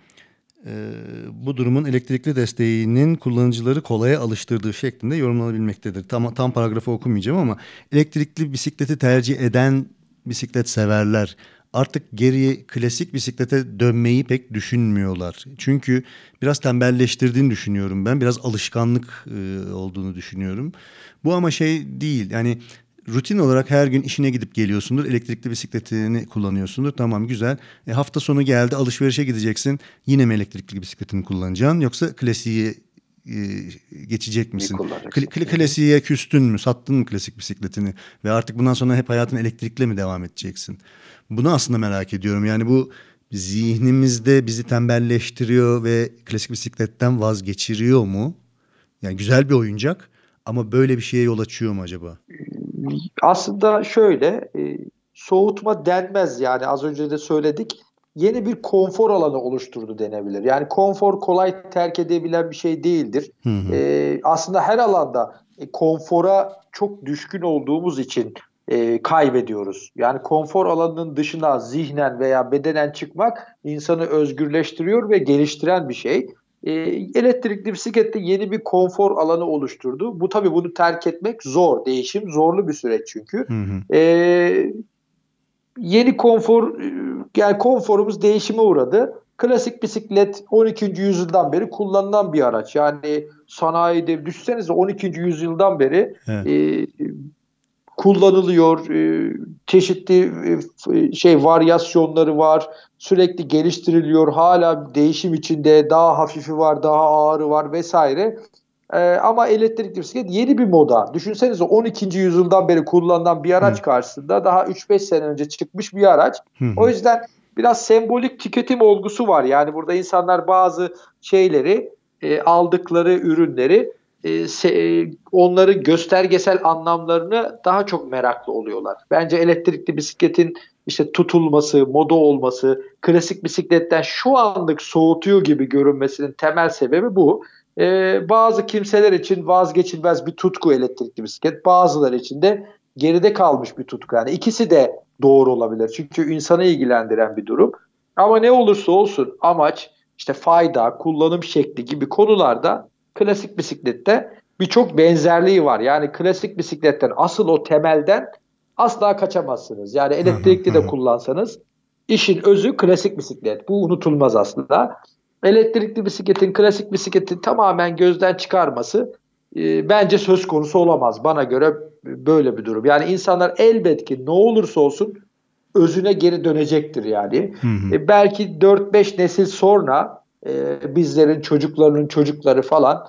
Bu durumun elektrikli desteğinin kullanıcıları kolaya alıştırdığı şeklinde yorumlanabilmektedir. Tam paragrafı okumayacağım ama elektrikli bisikleti tercih eden bisiklet severler artık geriye klasik bisiklete dönmeyi pek düşünmüyorlar. Çünkü biraz tembelleştirdiğini düşünüyorum ben. Biraz alışkanlık olduğunu düşünüyorum. Bu ama şey değil. Yani rutin olarak her gün işine gidip geliyorsundur. Elektrikli bisikletini kullanıyorsundur. Tamam güzel. Hafta sonu geldi alışverişe gideceksin. Yine mi elektrikli bisikletini kullanacaksın yoksa klasiği e, geçecek Bir misin? kullanacaksın. Hı hı. Klasiğe küstün mü? Sattın mı klasik bisikletini? Ve artık bundan sonra hep hayatın elektrikle mi devam edeceksin? Bunu aslında merak ediyorum. Yani bu zihnimizde bizi tembelleştiriyor ve klasik bisikletten vazgeçiriyor mu? Yani güzel bir oyuncak ama böyle bir şeye yol açıyor mu acaba? Aslında şöyle, soğutma denmez yani, az önce de söyledik. Yeni bir konfor alanı oluşturdu denebilir. Yani konfor kolay terk edebilen bir şey değildir. Hı hı. Aslında her alanda konfora çok düşkün olduğumuz için kaybediyoruz. Yani konfor alanının dışına zihnen veya bedenen çıkmak insanı özgürleştiriyor ve geliştiren bir şey. Elektrikli bisiklette yeni bir konfor alanı oluşturdu. Bu tabii, bunu terk etmek zor. Değişim zorlu bir süreç çünkü. Hı hı. Ee, Yeni konfor, yani konforumuz değişime uğradı. Klasik bisiklet 12. yüzyıldan beri kullanılan bir araç. Yani sanayide düşsenize 12. yüzyıldan beri Evet. kullanılıyor. Çeşitli varyasyonları var. Sürekli geliştiriliyor. Hala değişim içinde. Daha hafifi var, daha ağırı var vesaire. Ama elektrikli bisiklet yeni bir moda. Düşünsenize 12. yüzyıldan beri kullanılan bir Hı araç karşısında daha 3-5 sene önce çıkmış bir araç. hı. O Hı. yüzden biraz sembolik tüketim olgusu var. Yani burada insanlar bazı şeyleri, aldıkları ürünleri, onların göstergesel anlamlarını daha çok meraklı oluyorlar. Bence elektrikli bisikletin işte tutulması, moda olması, klasik bisikletten şu anlık soğutuyor gibi görünmesinin temel sebebi bu. Bazı kimseler için vazgeçilmez bir tutku elektrikli bisiklet, bazıları için de geride kalmış bir tutku. Yani ikisi de doğru olabilir. Çünkü insanı ilgilendiren bir durum. Ama ne olursa olsun amaç, işte fayda, kullanım şekli gibi konularda klasik bisiklette birçok benzerliği var. Yani klasik bisikletten asıl o temelden asla kaçamazsınız. Yani Hı hı hı elektrikli de hı. kullansanız işin özü klasik bisiklet. Bu unutulmaz aslında. Elektrikli bisikletin klasik bisikleti tamamen gözden çıkarması bence söz konusu olamaz. Bana göre böyle bir durum. Yani insanlar elbet ki ne olursa olsun özüne geri dönecektir yani. Hı hı. Belki 4-5 nesil sonra bizlerin çocuklarının çocukları falan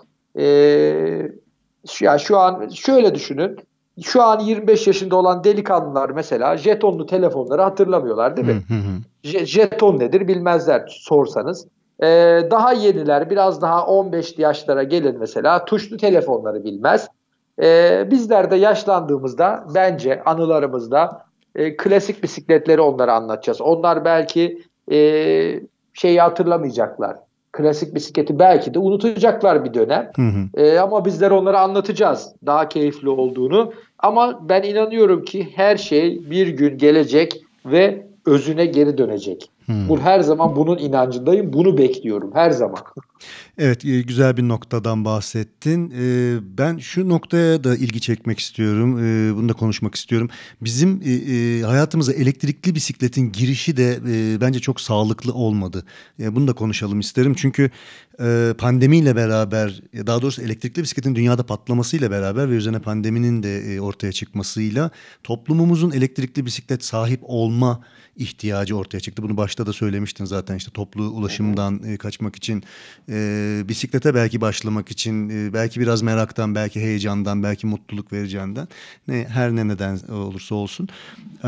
ya şu an şöyle düşünün. Şu an 25 yaşında olan delikanlılar mesela jetonlu telefonları hatırlamıyorlar değil Hı mi? hı hı. Jeton nedir bilmezler sorsanız. Daha yeniler biraz daha 15'li yaşlara gelin mesela tuşlu telefonları bilmez. Bizler de yaşlandığımızda bence anılarımızda klasik bisikletleri onlara anlatacağız. Onlar belki şeyi hatırlamayacaklar. Klasik bisikleti belki de unutacaklar bir dönem. Hı hı. Ama bizler onlara anlatacağız daha keyifli olduğunu. Ama ben inanıyorum ki her şey bir gün gelecek ve özüne geri dönecek. Hı. Bu her zaman bunun inancındayım. Bunu bekliyorum her zaman. Evet, güzel bir noktadan bahsettin. Ben şu noktaya da ilgi çekmek istiyorum. Bunu da konuşmak istiyorum. Bizim hayatımıza elektrikli bisikletin girişi de bence çok sağlıklı olmadı. Bunu da konuşalım isterim. Çünkü pandemiyle beraber, daha doğrusu elektrikli bisikletin dünyada patlamasıyla beraber ve üzerine pandeminin de ortaya çıkmasıyla toplumumuzun elektrikli bisiklet sahip olma ihtiyacı ortaya çıktı. Bunu başta da söylemiştin zaten, işte toplu Hı hı. ulaşımdan kaçmak için, bisiklete belki başlamak için, belki biraz meraktan, belki heyecandan, belki mutluluk vereceğinden, her ne neden olursa olsun, e,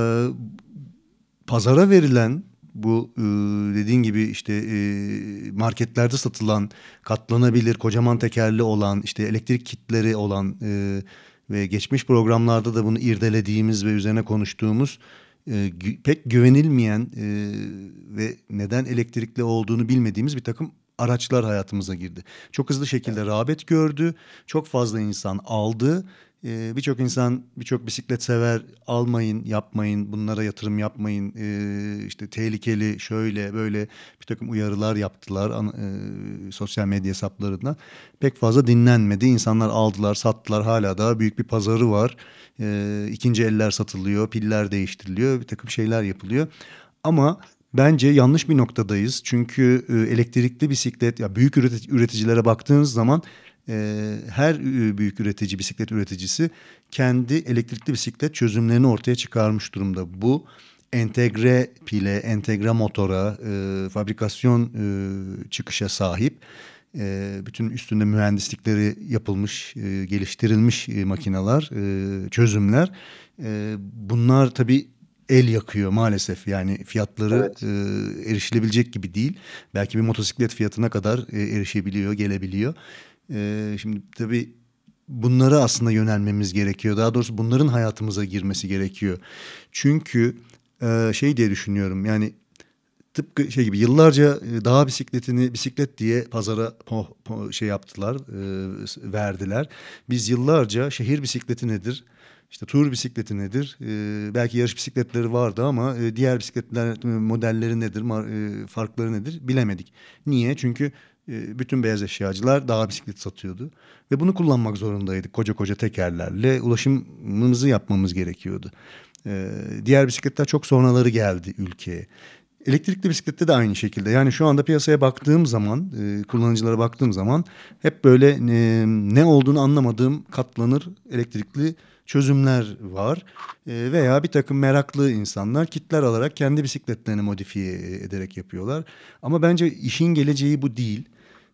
pazara verilen bu dediğin gibi işte marketlerde satılan katlanabilir kocaman tekerli olan, işte elektrik kitleri olan ve geçmiş programlarda da bunu irdelediğimiz ve üzerine konuştuğumuz pek güvenilmeyen ve neden elektrikli olduğunu bilmediğimiz bir takım araçlar hayatımıza girdi. Çok hızlı şekilde Evet. rağbet gördü. Çok fazla insan aldı. Birçok insan, birçok bisiklet sever, almayın, yapmayın, bunlara yatırım yapmayın, işte tehlikeli, şöyle böyle bir takım uyarılar yaptılar sosyal medya hesaplarından. Pek fazla dinlenmedi. İnsanlar aldılar, sattılar. Hala daha büyük bir pazarı var. İkinci eller satılıyor, piller değiştiriliyor, bir takım şeyler yapılıyor. Ama bence yanlış bir noktadayız. Çünkü elektrikli bisiklet, ya büyük üreticilere baktığınız zaman her büyük üretici, bisiklet üreticisi kendi elektrikli bisiklet çözümlerini ortaya çıkarmış durumda. Bu entegre pile, entegre motora, fabrikasyon çıkışa sahip. Bütün üstünde mühendislikleri yapılmış, geliştirilmiş makineler, çözümler. Bunlar tabii el yakıyor maalesef. Yani fiyatları Evet. erişilebilecek gibi değil. Belki bir motosiklet fiyatına kadar erişebiliyor, gelebiliyor. Şimdi tabii bunlara aslında yönelmemiz gerekiyor. Daha doğrusu bunların hayatımıza girmesi gerekiyor. Çünkü şey diye düşünüyorum. Yani tıpkı şey gibi, yıllarca dağ bisikletini bisiklet diye pazara şey yaptılar, verdiler. Biz yıllarca şehir bisikleti nedir, işte tur bisikleti nedir, belki yarış bisikletleri vardı ama diğer bisikletler modelleri nedir, farkları nedir bilemedik. Niye? Çünkü bütün beyaz eşyacılar dağ bisikleti satıyordu ve bunu kullanmak zorundaydık. Koca koca tekerlerle ulaşımımızı yapmamız gerekiyordu. Diğer bisikletler çok sonraları geldi ülkeye. Elektrikli bisiklette de aynı şekilde. Yani şu anda piyasaya baktığım zaman, kullanıcılara baktığım zaman hep böyle ne olduğunu anlamadığım katlanır elektrikli çözümler var. Veya bir takım meraklı insanlar kitler alarak kendi bisikletlerini modifiye ederek yapıyorlar. Ama bence işin geleceği bu değil.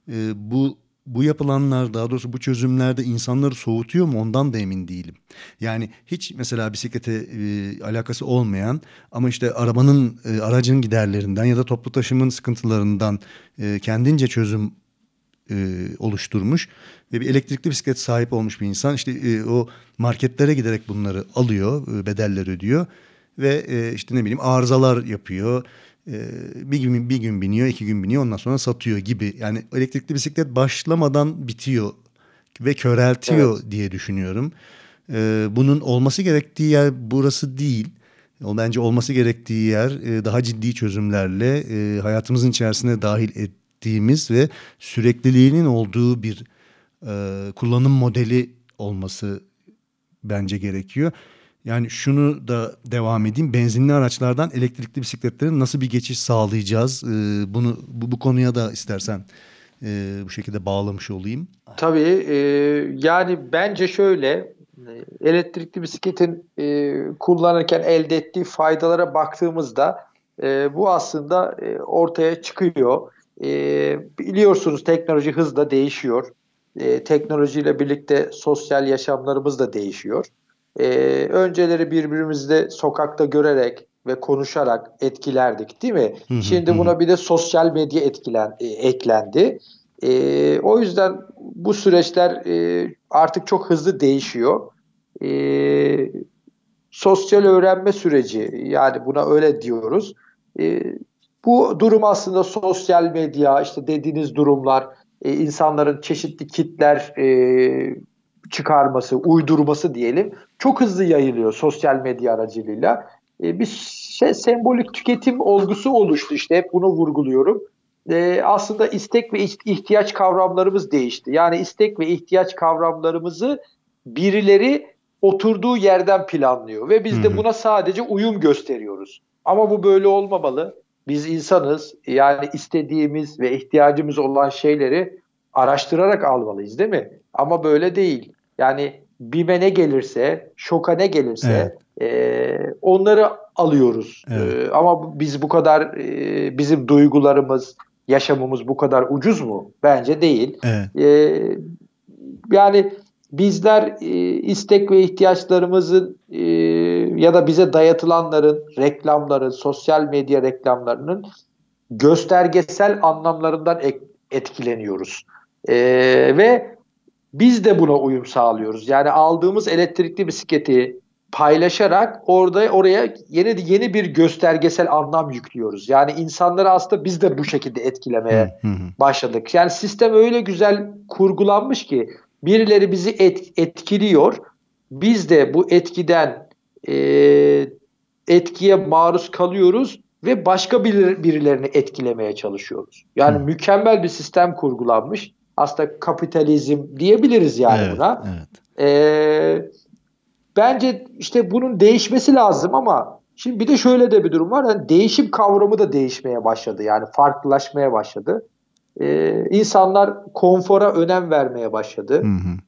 Bu yapılanlar, daha doğrusu bu çözümlerde insanları soğutuyor mu, ondan da emin değilim. Yani hiç mesela bisiklete alakası olmayan ama işte aracın giderlerinden ya da toplu taşımın sıkıntılarından kendince çözüm oluşturmuş ve bir elektrikli bisiklet sahip olmuş bir insan işte o marketlere giderek bunları alıyor, bedeller ödüyor. ve işte ne bileyim arızalar yapıyor. Bir gün biniyor, 2 gün biniyor, ondan sonra satıyor gibi. Yani elektrikli bisiklet başlamadan bitiyor ve köreltiyor Evet. diye düşünüyorum. Bunun olması gerektiği yer burası değil. O bence olması gerektiği yer daha ciddi çözümlerle hayatımızın içerisine dahil ettiğimiz ve sürekliliğinin olduğu bir kullanım modeli olması bence gerekiyor. Yani şunu da devam edeyim. Benzinli araçlardan elektrikli bisikletlere nasıl bir geçiş sağlayacağız? Bunu bu konuya da istersen bu şekilde bağlamış olayım. Tabii, yani bence şöyle, elektrikli bisikletin kullanırken elde ettiği faydalara baktığımızda bu aslında ortaya çıkıyor. Biliyorsunuz teknoloji hızla değişiyor. Teknolojiyle birlikte sosyal yaşamlarımız da değişiyor. E, Önceleri birbirimizi sokakta görerek ve konuşarak etkilerdik, değil mi? Hı hı hı. Şimdi buna bir de sosyal medya eklendi. O yüzden bu süreçler artık çok hızlı değişiyor. E, Sosyal öğrenme süreci, yani buna öyle diyoruz. E, Bu durum aslında sosyal medya, işte dediğiniz durumlar, insanların çeşitli kitler çıkarması, uydurması diyelim, çok hızlı yayılıyor sosyal medya aracılığıyla. Bir sembolik tüketim olgusu oluştu, işte hep bunu vurguluyorum. Aslında istek ve ihtiyaç kavramlarımız değişti. Yani istek ve ihtiyaç kavramlarımızı birileri oturduğu yerden planlıyor ve Hı biz de hı. buna sadece uyum gösteriyoruz. Ama bu böyle olmamalı. Biz insanız. Yani istediğimiz ve ihtiyacımız olan şeyleri araştırarak almalıyız, değil mi? Ama böyle değil. Yani BİM'e ne gelirse, şoka ne Evet, gelirse onları alıyoruz. evet, Ama biz bu kadar, bizim duygularımız, yaşamımız bu kadar ucuz mu? Bence değil. evet. E, Yani bizler istek ve ihtiyaçlarımızın ya da bize dayatılanların, reklamların, sosyal medya reklamlarının göstergesel anlamlarından etkileniyoruz. E, Ve biz de buna uyum sağlıyoruz. Yani aldığımız elektrikli bisikleti paylaşarak oraya yeni bir göstergesel anlam yüklüyoruz. Yani insanları aslında biz de bu şekilde Hı etkilemeye hı hı. başladık. Yani sistem öyle güzel kurgulanmış ki birileri bizi etkiliyor. Biz de bu e, etkiye maruz kalıyoruz ve başka birilerini etkilemeye çalışıyoruz. Hı. Yani mükemmel bir sistem kurgulanmış. Aslında kapitalizm diyebiliriz yani Evet, buna. evet. Ee, Bence işte bunun değişmesi lazım ama şimdi bir de şöyle de bir durum var. Yani değişim kavramı da değişmeye başladı. Yani farklılaşmaya başladı. İnsanlar konfora önem vermeye Hı başladı. hı.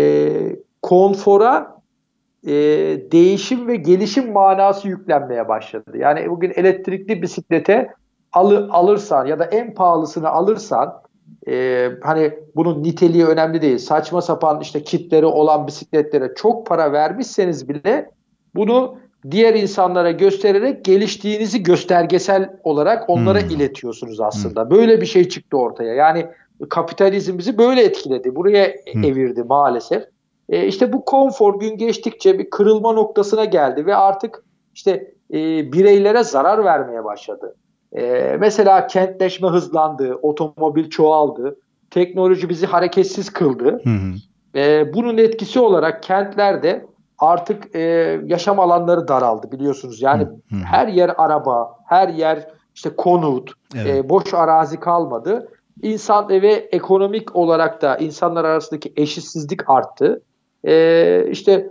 Konfora e, değişim ve gelişim manası yüklenmeye başladı. Yani bugün elektrikli bisiklete alırsan ya da en pahalısını alırsan, hani bunun niteliği önemli değil. Saçma sapan işte kitleri olan bisikletlere çok para vermişseniz bile bunu diğer insanlara göstererek geliştiğinizi göstergesel olarak Hı onlara iletiyorsunuz hı. aslında. Böyle bir şey çıktı ortaya. Yani kapitalizm bizi böyle etkiledi. Buraya Hı. evirdi maalesef. İşte bu konfor gün geçtikçe bir kırılma noktasına geldi ve artık işte bireylere zarar vermeye başladı. Mesela kentleşme hızlandı, otomobil çoğaldı, teknoloji bizi hareketsiz kıldı. Hı hı. Bunun etkisi olarak kentlerde artık yaşam alanları daraldı, biliyorsunuz. Hı Yani hı. her yer araba, her yer işte konut, Evet. boş arazi kalmadı. İnsan ve ekonomik olarak da insanlar arasındaki eşitsizlik arttı. İşte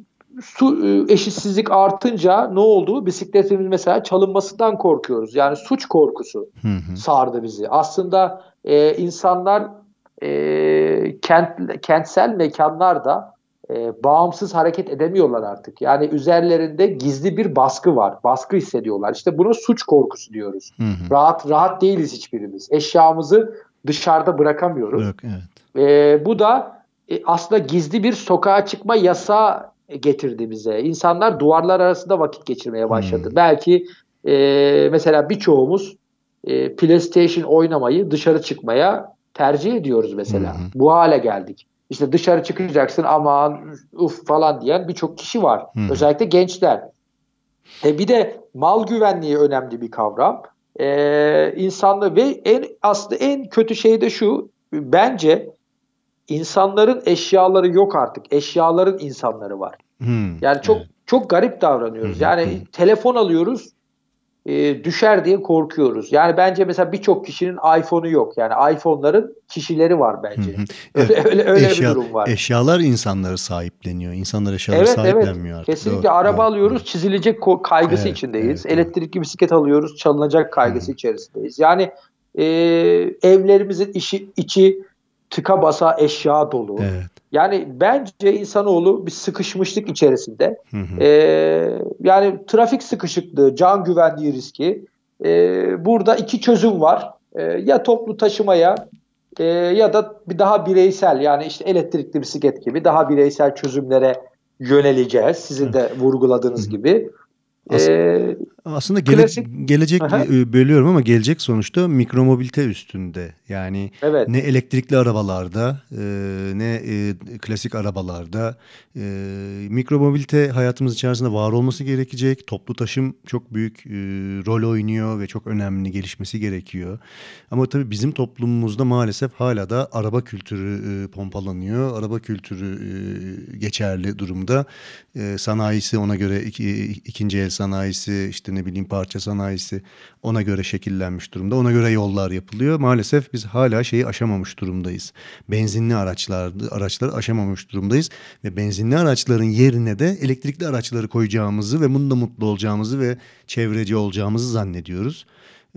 eşitsizlik artınca ne oldu? Bisikletimiz mesela çalınmasından korkuyoruz. Yani suç korkusu Hı hı. sardı bizi. Aslında insanlar kentsel mekanlarda bağımsız hareket edemiyorlar artık. Yani üzerlerinde gizli bir baskı var. Baskı hissediyorlar. İşte buna suç korkusu diyoruz. Hı hı. Rahat rahat değiliz hiçbirimiz. Eşyamızı dışarıda bırakamıyoruz. Bırak, evet. Bu da aslında gizli bir sokağa çıkma yasağı getirdi bize. İnsanlar duvarlar arasında vakit geçirmeye Hı başladı. Belki mesela birçoğumuz PlayStation oynamayı dışarı çıkmaya tercih ediyoruz hı. mesela. Hı. Bu hale geldik. İşte dışarı çıkacaksın aman uf falan diyen birçok kişi var. Hı hı. Özellikle gençler. Bir de mal güvenliği önemli bir kavram. İnsanlı ve aslında en kötü şey de şu. Bence insanların eşyaları yok artık. Eşyaların insanları var. Yani çok Evet. çok garip Hı davranıyoruz. hı, hı. Yani telefon alıyoruz, düşer diye korkuyoruz. Yani bence mesela birçok kişinin iPhone'u yok. Yani iPhone'ların kişileri var Hı bence. hı. Evet. Öyle bir durum var. Eşyalar insanları sahipleniyor. İnsanlar eşyaları Evet, evet. sahiplenmiyor artık. Doğru. Kesinlikle araba Doğru. Doğru. alıyoruz, çizilecek kaygısı Evet, içindeyiz. evet, evet. Elektrikli bisiklet alıyoruz, çalınacak Hı hı. kaygısı içerisindeyiz. Yani e, evlerimizin içi tıka basa eşya dolu. Evet. Yani bence insanoğlu bir sıkışmışlık içerisinde. Hı hı. E, Yani trafik sıkışıklığı, can güvenliği riski. Burada iki çözüm var. Ya toplu taşımaya ya da bir daha bireysel, yani işte elektrikli bisiklet gibi daha bireysel çözümlere yöneleceğiz. Sizin Evet. de Hı vurguladığınız hı. gibi. As E, Aslında Klasik. gelecek, Aha, bölüyorum ama gelecek sonuçta mikromobilite üstünde. Yani ne evet. elektrikli arabalarda, ne klasik arabalarda mikromobilite hayatımız içerisinde var olması gerekecek. Toplu taşım çok büyük rol oynuyor ve çok önemli, gelişmesi gerekiyor. Ama tabii bizim toplumumuzda maalesef hala da araba kültürü pompalanıyor. Araba kültürü geçerli durumda. Sanayisi ona göre, ikinci el sanayisi, işte ne bileyim parça sanayisi ona göre şekillenmiş durumda. Ona göre yollar yapılıyor. Maalesef biz hala şeyi aşamamış durumdayız. Benzinli araçları aşamamış durumdayız ve benzinli araçların yerine de elektrikli araçları koyacağımızı ve bununla mutlu olacağımızı ve çevreci olacağımızı zannediyoruz.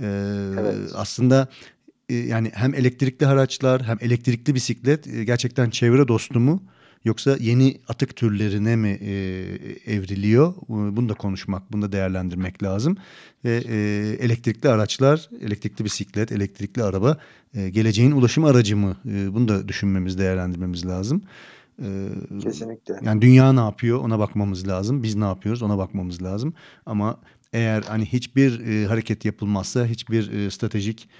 Evet. Aslında yani hem elektrikli araçlar hem elektrikli bisiklet gerçekten çevre dostu mu? Yoksa yeni atık türlerine mi evriliyor? Bunu da konuşmak, bunu da değerlendirmek lazım. Ve elektrikli araçlar, elektrikli bisiklet, elektrikli araba geleceğin ulaşım aracı mı? Bunu da düşünmemiz, değerlendirmemiz lazım. E, Kesinlikle. Yani dünya ne yapıyor ona bakmamız lazım. Biz ne yapıyoruz ona bakmamız lazım. Ama eğer hani hiçbir hareket yapılmazsa, hiçbir stratejik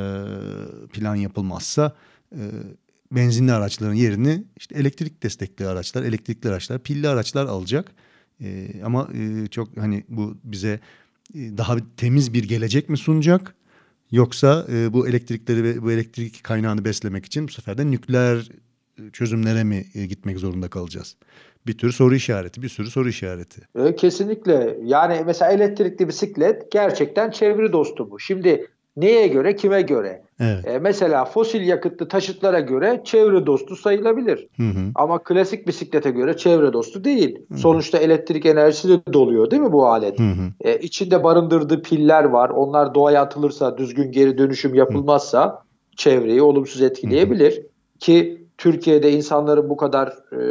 plan yapılmazsa e, benzinli araçların yerini işte elektrik destekli araçlar, elektrikli araçlar, pilli araçlar alacak. Ama çok hani bu bize daha temiz bir gelecek mi sunacak? Yoksa bu elektrikleri ve bu elektrik kaynağını beslemek için bu sefer de nükleer çözümlere mi gitmek zorunda kalacağız? Bir tür soru işareti, bir sürü soru işareti. Kesinlikle. Yani mesela elektrikli bisiklet gerçekten çevre dostu mu? Şimdi neye göre, kime göre? Evet. Mesela fosil yakıtlı taşıtlara göre çevre dostu sayılabilir. Hı hı. Ama klasik bisiklete göre çevre dostu değil. Hı hı. Sonuçta elektrik enerjisi de doluyor, değil mi bu alet? Hı hı. İçinde barındırdığı piller var. Onlar doğaya atılırsa, düzgün geri dönüşüm Hı yapılmazsa çevreyi olumsuz hı. etkileyebilir. Ki Türkiye'de insanların bu kadar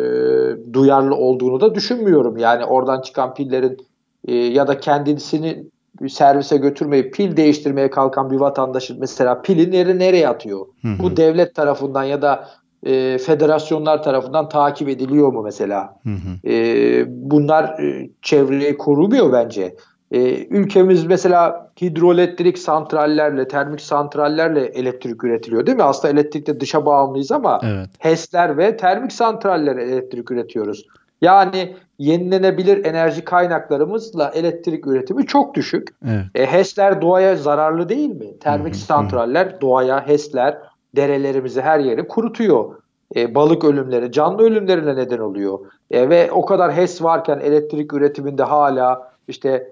duyarlı olduğunu da düşünmüyorum. Yani oradan çıkan pillerin ya da kendisini servise götürmeyip pil değiştirmeye kalkan bir vatandaşın mesela pilin nereye atıyor? Hı Bu hı. devlet tarafından ya da federasyonlar tarafından takip ediliyor mu mesela? Hı hı. Bunlar çevreyi korumuyor bence. Ülkemiz mesela hidroelektrik santrallerle, termik santrallerle elektrik üretiliyor, değil mi? Aslında elektrikte dışa bağımlıyız ama Evet. HES'ler ve termik santrallere elektrik üretiyoruz. Yani yenilenebilir enerji kaynaklarımızla elektrik üretimi çok düşük. Evet. HES'ler doğaya zararlı değil mi? Hı Termik hı. Hı hı. santraller doğaya, HES'ler derelerimizi, her yeri kurutuyor. Balık ölümleri, canlı ölümlerine neden oluyor. Ve o kadar HES varken elektrik üretiminde hala işte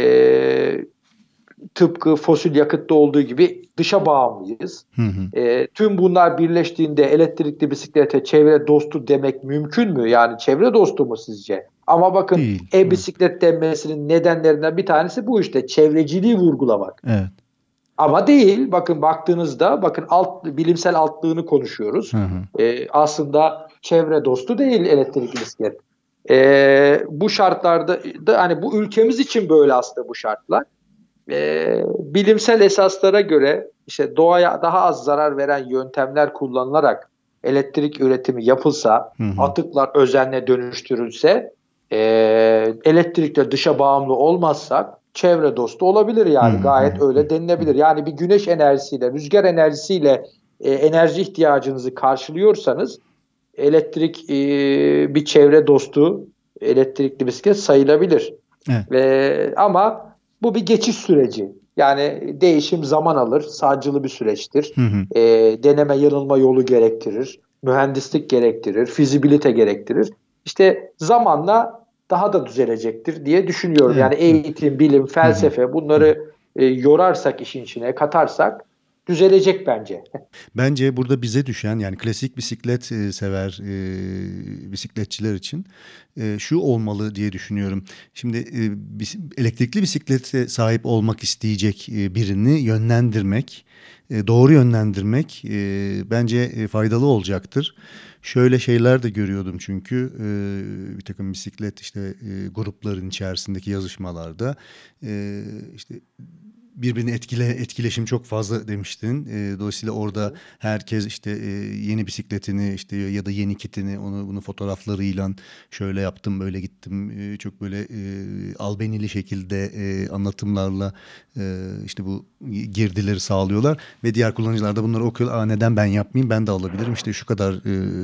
tıpkı fosil yakıtta olduğu gibi dışa bağımlıyız. Hı hı. Tüm bunlar birleştiğinde elektrikli bisiklete çevre dostu demek mümkün mü? Yani çevre dostu mu sizce? Ama bakın, Değil. Evet. e-bisiklet denmesinin nedenlerinden bir tanesi bu, işte çevreciliği vurgulamak. Evet. Ama değil. Bakın, baktığınızda, bakın, bilimsel altlığını konuşuyoruz. Hı hı. Aslında çevre dostu değil elektrikli bisiklet. Bu şartlarda da, hani bu ülkemiz için böyle aslında bu şartlar. Bilimsel esaslara göre işte doğaya daha az zarar veren yöntemler kullanılarak elektrik üretimi yapılsa, Hı hı. atıklar özenle dönüştürülse, e, elektrikle dışa bağımlı olmazsak çevre dostu olabilir, Hı yani hı. Hı gayet hı. öyle denilebilir. Yani bir güneş enerjisiyle, rüzgar enerjisiyle enerji ihtiyacınızı karşılıyorsanız elektrik bir çevre dostu elektrikli bisiklet sayılabilir. Evet. Ama bu bir geçiş süreci. Yani değişim zaman alır, sancılı bir süreçtir. Hı hı. Deneme yanılma yolu gerektirir, mühendislik gerektirir, fizibilite gerektirir. İşte zamanla daha da düzelecektir diye düşünüyorum. Evet. Yani Evet. eğitim, bilim, Hı hı. felsefe Hı hı. bunları yorarsak işin içine katarsak düzelecek bence. Bence burada bize düşen, yani klasik bisiklet sever bisikletçiler için şu olmalı diye düşünüyorum. Şimdi elektrikli bisiklete sahip olmak isteyecek birini yönlendirmek, doğru yönlendirmek bence faydalı olacaktır. Şöyle şeyler de görüyordum çünkü bir takım bisiklet işte grupların içerisindeki yazışmalarda işte birbirini etkileşim çok fazla demiştin. Dolayısıyla orada herkes işte yeni bisikletini işte ya da yeni kitini onu bunu fotoğraflarıyla şöyle yaptım böyle gittim çok böyle albenili şekilde anlatımlarla işte bu girdileri sağlıyorlar ve diğer kullanıcılar da bunları okuyor. Aa, neden ben yapmayayım, ben de alabilirim, işte şu kadar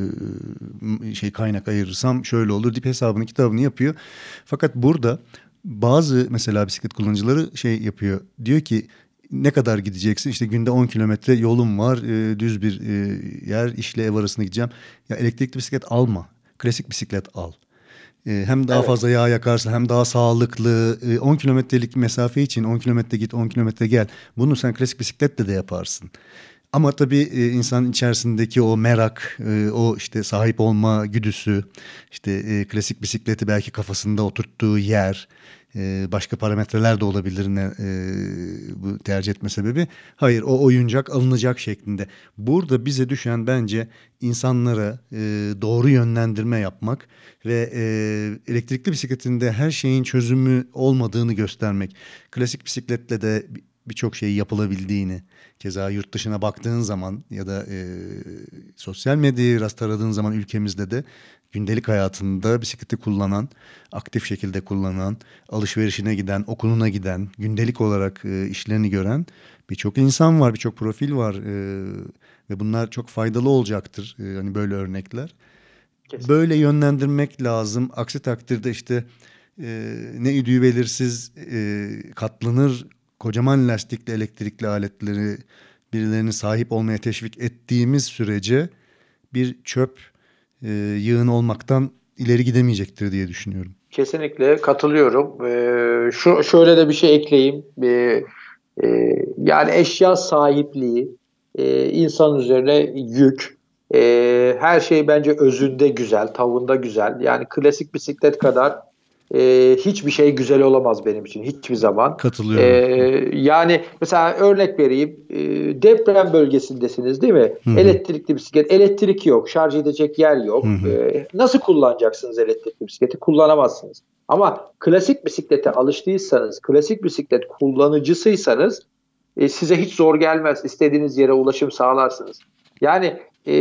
şey kaynak ayırırsam şöyle olur deyip hesabını kitabını yapıyor. Fakat burada bazı mesela bisiklet kullanıcıları şey yapıyor. Diyor ki ne kadar gideceksin? İşte günde 10 kilometre yolum var. Düz bir yer. İşle ev arasında gideceğim. Ya elektrikli bisiklet alma. Klasik bisiklet al. Hem daha Evet. fazla yağ yakarsın hem daha sağlıklı. 10 kilometrelik mesafe için 10 kilometre git 10 kilometre gel. Bunu sen klasik bisikletle de yaparsın. Ama tabii insanın içerisindeki o merak, o işte sahip olma güdüsü, işte klasik bisikleti belki kafasında oturttuğu yer, başka parametreler de olabilir bu tercih etme sebebi. Hayır, o oyuncak alınacak şeklinde. Burada bize düşen bence insanlara doğru yönlendirme yapmak ve elektrikli bisikletinde her şeyin çözümü olmadığını göstermek. Klasik bisikletle de birçok şey yapılabildiğini. Keza yurt dışına baktığın zaman ya da sosyal medyayı rast aradığın zaman ülkemizde de gündelik hayatında bisikleti kullanan, aktif şekilde kullanan, alışverişine giden, okuluna giden, gündelik olarak işlerini gören birçok insan var, birçok profil var ve bunlar çok faydalı olacaktır. Hani böyle örnekler. Böyle Kesinlikle. yönlendirmek lazım. Aksi takdirde işte ne idüğü belirsiz katlanır kocaman lastikli elektrikli aletleri birilerine sahip olmaya teşvik ettiğimiz sürece bir çöp yığını olmaktan ileri gidemeyecektir diye düşünüyorum. Kesinlikle katılıyorum. Şöyle de bir şey ekleyeyim. Yani eşya sahipliği, insan üzerine yük, her şey bence özünde güzel, tavında güzel. Yani klasik bisiklet kadar hiçbir şey güzel olamaz benim için hiçbir zaman. E, Katılıyorum. Yani mesela örnek vereyim, deprem bölgesindesiniz değil mi? Hı hı. Elektrikli bisiklet, elektrik yok, şarj edecek yer Hı yok. hı. Nasıl kullanacaksınız elektrikli bisikleti? Kullanamazsınız. Ama klasik bisiklete alıştıysanız, klasik bisiklet kullanıcısıysanız size hiç zor gelmez. İstediğiniz yere ulaşım sağlarsınız. Yani e,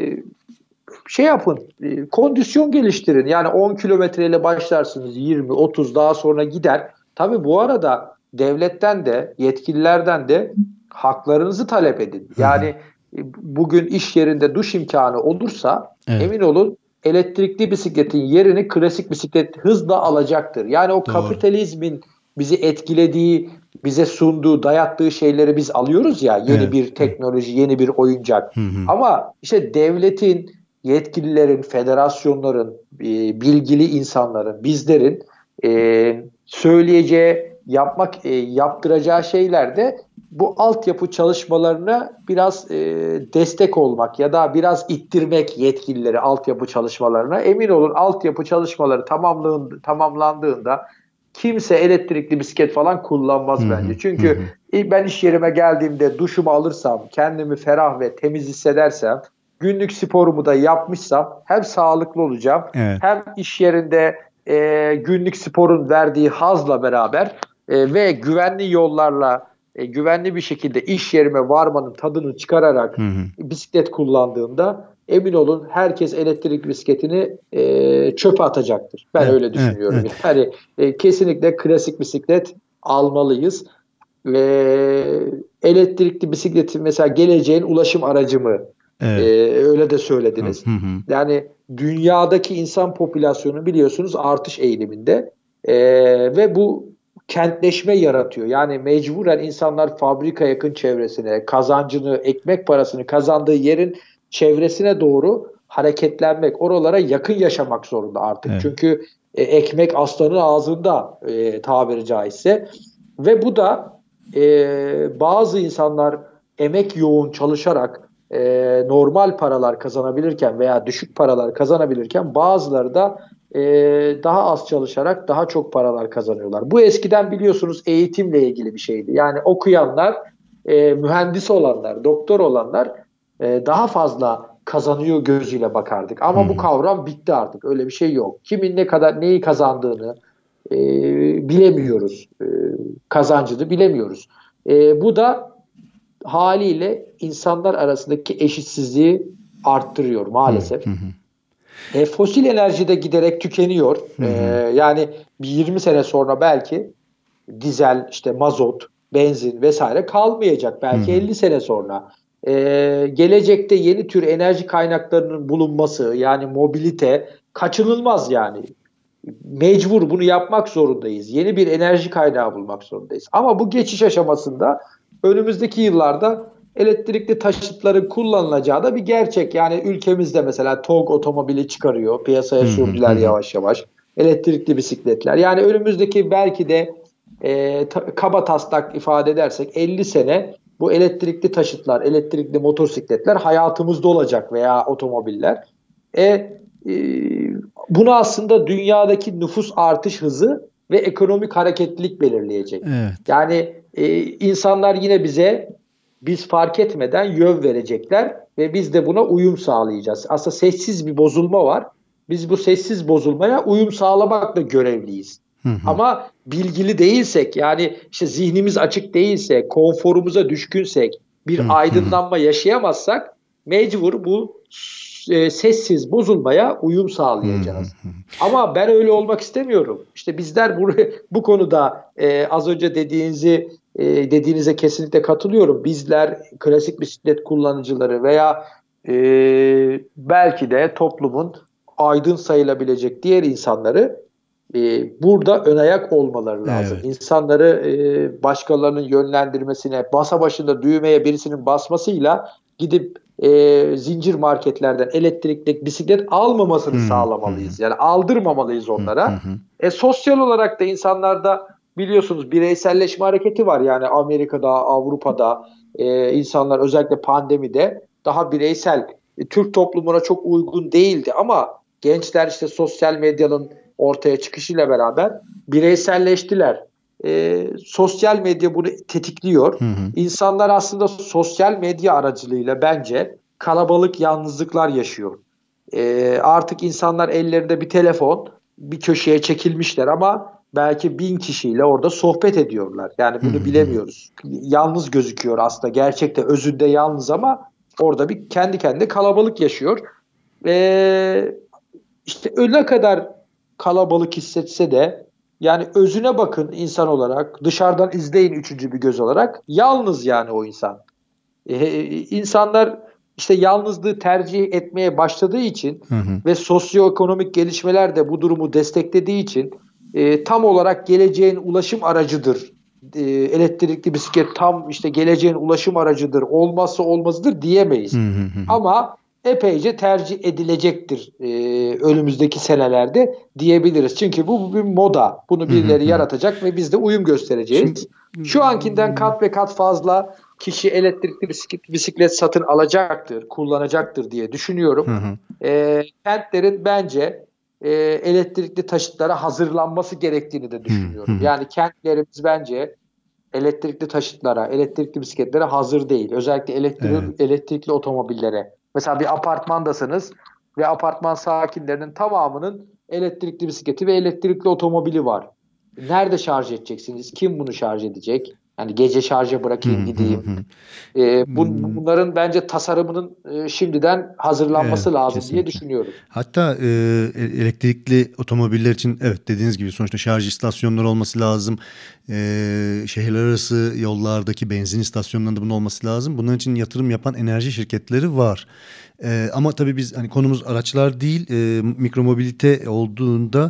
şey yapın, kondisyon geliştirin. Yani 10 kilometreyle başlarsınız, 20, 30 daha sonra gider. Tabii bu arada devletten de, yetkililerden de haklarınızı talep edin. Hı hı. Yani bugün iş yerinde duş imkanı olursa Evet, emin olun elektrikli bisikletin yerini klasik bisiklet hızla alacaktır. Yani o doğru. kapitalizmin bizi etkilediği, bize sunduğu, dayattığı şeyleri biz alıyoruz ya, yeni Evet, bir evet. teknoloji, yeni bir oyuncak. Hı hı. Ama işte devletin, yetkililerin, federasyonların, bilgili insanların, bizlerin söyleyeceği, yaptıracağı şeyler de bu altyapı çalışmalarına biraz destek olmak ya da biraz ittirmek yetkilileri altyapı çalışmalarına. Emin olun altyapı çalışmaları tamamlandığında kimse elektrikli bisiklet falan Hı kullanmaz bence. hı. Hı Çünkü hı. ben iş yerime geldiğimde duşumu alırsam, kendimi ferah ve temiz hissedersem, günlük sporumu da yapmışsam hem sağlıklı olacağım Evet. hem iş yerinde günlük sporun verdiği hazla beraber ve güvenli yollarla güvenli bir şekilde iş yerime varmanın tadını çıkararak Hı hı. bisiklet kullandığımda emin olun herkes elektrik bisikletini çöpe atacaktır. Ben Evet, öyle evet, düşünüyorum. evet. Yani kesinlikle klasik bisiklet almalıyız. Ve elektrikli bisikletin mesela geleceğin ulaşım aracı mı? Evet. Öyle de Hı söylediniz. hı. Hı. Yani dünyadaki insan popülasyonu biliyorsunuz artış eğiliminde. Ve bu kentleşme yaratıyor. Yani mecburen insanlar fabrika yakın çevresine, kazancını, ekmek parasını kazandığı yerin çevresine doğru hareketlenmek, oralara yakın yaşamak zorunda artık. Evet. Çünkü ekmek aslanın ağzında, tabiri caizse. Ve bu da bazı insanlar emek yoğun çalışarak normal paralar kazanabilirken veya düşük paralar kazanabilirken bazıları da e, daha az çalışarak daha çok paralar kazanıyorlar. Bu eskiden biliyorsunuz eğitimle ilgili bir şeydi. Yani okuyanlar, mühendis olanlar, doktor olanlar daha fazla kazanıyor gözüyle bakardık. Hı Ama bu hı. kavram bitti artık. Öyle bir şey yok. Kimin ne kadar neyi kazandığını e, bilemiyoruz. Kazancını bilemiyoruz. Bu da haliyle insanlar arasındaki eşitsizliği arttırıyor Hı maalesef. hı. Hı. Fosil enerji de giderek tükeniyor. Hı hı. Yani bir 20 sene sonra belki dizel, işte mazot, benzin vesaire kalmayacak. Hı Belki hı. 50 sene sonra. Gelecekte yeni tür enerji kaynaklarının bulunması, yani mobilite kaçınılmaz yani. Mecbur bunu yapmak zorundayız. Yeni bir enerji kaynağı bulmak zorundayız. Ama bu geçiş aşamasında önümüzdeki yıllarda elektrikli taşıtların kullanılacağı da bir gerçek. Yani ülkemizde mesela TOG otomobili çıkarıyor. Piyasaya Hı hı. Hı sürdüler hı. yavaş yavaş. Elektrikli bisikletler. Yani önümüzdeki belki de kaba taslak ifade edersek 50 sene bu elektrikli taşıtlar, elektrikli motosikletler hayatımızda olacak veya otomobiller. E, e, Bunu aslında dünyadaki nüfus artış hızı ve ekonomik hareketlilik belirleyecek. Evet. Yani insanlar yine bize biz fark etmeden yön verecekler ve biz de buna uyum sağlayacağız. Aslında sessiz bir bozulma var. Biz bu sessiz bozulmaya uyum sağlamakla görevliyiz. Hı hı. Ama bilgili değilsek, yani işte zihnimiz açık değilse, konforumuza düşkünsek, Hı bir hı. aydınlanma yaşayamazsak mecbur bu sessiz bozulmaya uyum Hı sağlayacağız. hı. Ama ben öyle olmak istemiyorum. İşte bizler bu konuda az önce dediğinize kesinlikle katılıyorum. Bizler klasik bisiklet kullanıcıları veya e, belki de toplumun aydın sayılabilecek diğer insanları burada ön ayak olmaları lazım. Evet. İnsanları başkalarının yönlendirmesine, masa başında düğmeye birisinin basmasıyla gidip zincir marketlerden elektrikli bisiklet Hı almamasını hı. Hı sağlamalıyız. Yani aldırmamalıyız hı. Hı onlara. hı. Sosyal olarak da insanlarda biliyorsunuz bireyselleşme hareketi var. Yani Amerika'da, Avrupa'da insanlar özellikle pandemide daha bireysel, Türk toplumuna çok uygun değildi ama gençler işte sosyal medyanın ortaya çıkışıyla beraber bireyselleştiler. Sosyal medya bunu tetikliyor. Hı hı. İnsanlar aslında sosyal medya aracılığıyla bence kalabalık yalnızlıklar yaşıyor. Artık insanlar ellerinde bir telefon, bir köşeye çekilmişler ama belki 1000 kişiyle orada sohbet ediyorlar. Yani Hı bunu hı. bilemiyoruz. Yalnız gözüküyor aslında. Gerçekte özünde yalnız ama orada bir kendi kendine kalabalık yaşıyor. Ee, işte ne kadar kalabalık hissetse de yani özüne bakın insan olarak, dışarıdan izleyin üçüncü bir göz olarak, yalnız yani o insan. İnsanlar işte yalnızlığı tercih etmeye başladığı için Hı hı. ve sosyoekonomik gelişmeler de bu durumu desteklediği için tam olarak geleceğin ulaşım aracıdır. Elektrikli bisiklet tam işte geleceğin ulaşım aracıdır, olmazsa olmazıdır Hı diyemeyiz. hı. Hı hı. Ama epeyce tercih edilecektir önümüzdeki senelerde diyebiliriz. Çünkü bu bir moda. Bunu Hı hı. birileri Hı hı. yaratacak ve biz de uyum Şimdi göstereceğiz. Şu ankinden kat ve kat fazla kişi elektrikli bisiklet satın alacaktır, kullanacaktır diye hı düşünüyorum. hı. Kentlerin bence elektrikli taşıtlara hazırlanması gerektiğini de Hı hı. düşünüyorum. Yani kentlerimiz bence elektrikli taşıtlara, elektrikli bisikletlere hazır değil. Özellikle Evet. elektrikli otomobillere. Mesela bir apartmandasınız ve apartman sakinlerinin tamamının elektrikli bisikleti ve elektrikli otomobili var. Nerede şarj edeceksiniz? Kim bunu şarj edecek? Yani gece şarja Hı bırakayım hı. gideyim. Hı. Hmm. Bunların bence tasarımının şimdiden Evet, hazırlanması lazım diye kesinlikle. düşünüyorum. Hatta elektrikli otomobiller için evet dediğiniz gibi sonuçta şarj istasyonları olması lazım. Şehirler arası yollardaki benzin istasyonlarında bunun olması lazım. Bunun için yatırım yapan enerji şirketleri var. Ama tabii biz hani konumuz araçlar değil, mikromobilite olduğunda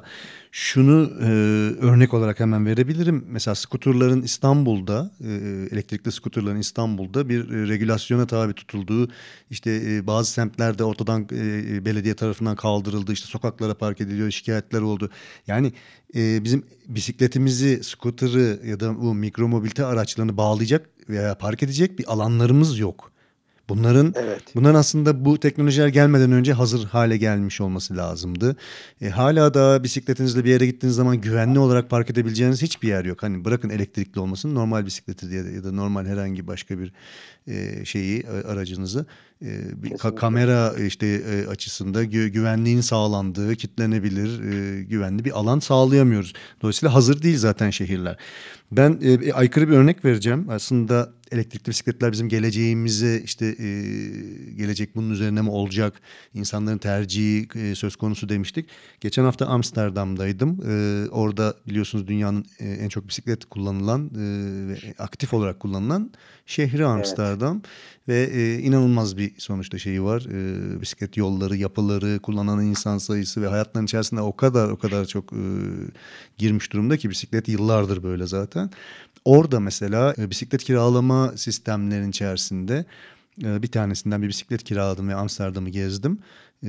Şunu örnek olarak hemen verebilirim. Mesela skuterların İstanbul'da, elektrikli skuterların İstanbul'da bir regülasyona tabi tutulduğu, işte bazı semtlerde ortadan belediye tarafından kaldırıldı, işte sokaklara park ediliyor, şikayetler oldu. Yani bizim bisikletimizi, skuterı ya da bu mikromobilite araçlarını bağlayacak veya park edecek bir alanlarımız yok. Bunların Evet. bunların aslında bu teknolojiler gelmeden önce hazır hale gelmiş olması lazımdı. Hala da bisikletinizle bir yere gittiğiniz zaman güvenli olarak park edebileceğiniz hiçbir yer yok. Hani bırakın elektrikli olmasın, normal bisikleti diye ya da normal herhangi başka bir aracınızı bir Kesinlikle. kamera işte açısında güvenliğin sağlandığı, kilitlenebilir, güvenli bir alan sağlayamıyoruz. Dolayısıyla hazır değil zaten şehirler. Ben aykırı bir örnek vereceğim. Aslında elektrikli bisikletler bizim geleceğimize, işte gelecek bunun üzerine mi olacak? İnsanların tercihi söz konusu demiştik. Geçen hafta Amsterdam'daydım. Orada biliyorsunuz dünyanın en çok bisiklet kullanılan ve aktif olarak kullanılan şehri Evet. Amsterdam. Ve inanılmaz bir sonuçta şeyi var. Bisiklet yolları, yapıları, kullanan insan sayısı ve hayatların içerisinde o kadar çok girmiş durumda ki bisiklet yıllardır böyle zaten. Orada mesela bisiklet kiralama sistemlerinin içerisinde bir tanesinden bir bisiklet kiraladım ve Amsterdam'ı gezdim.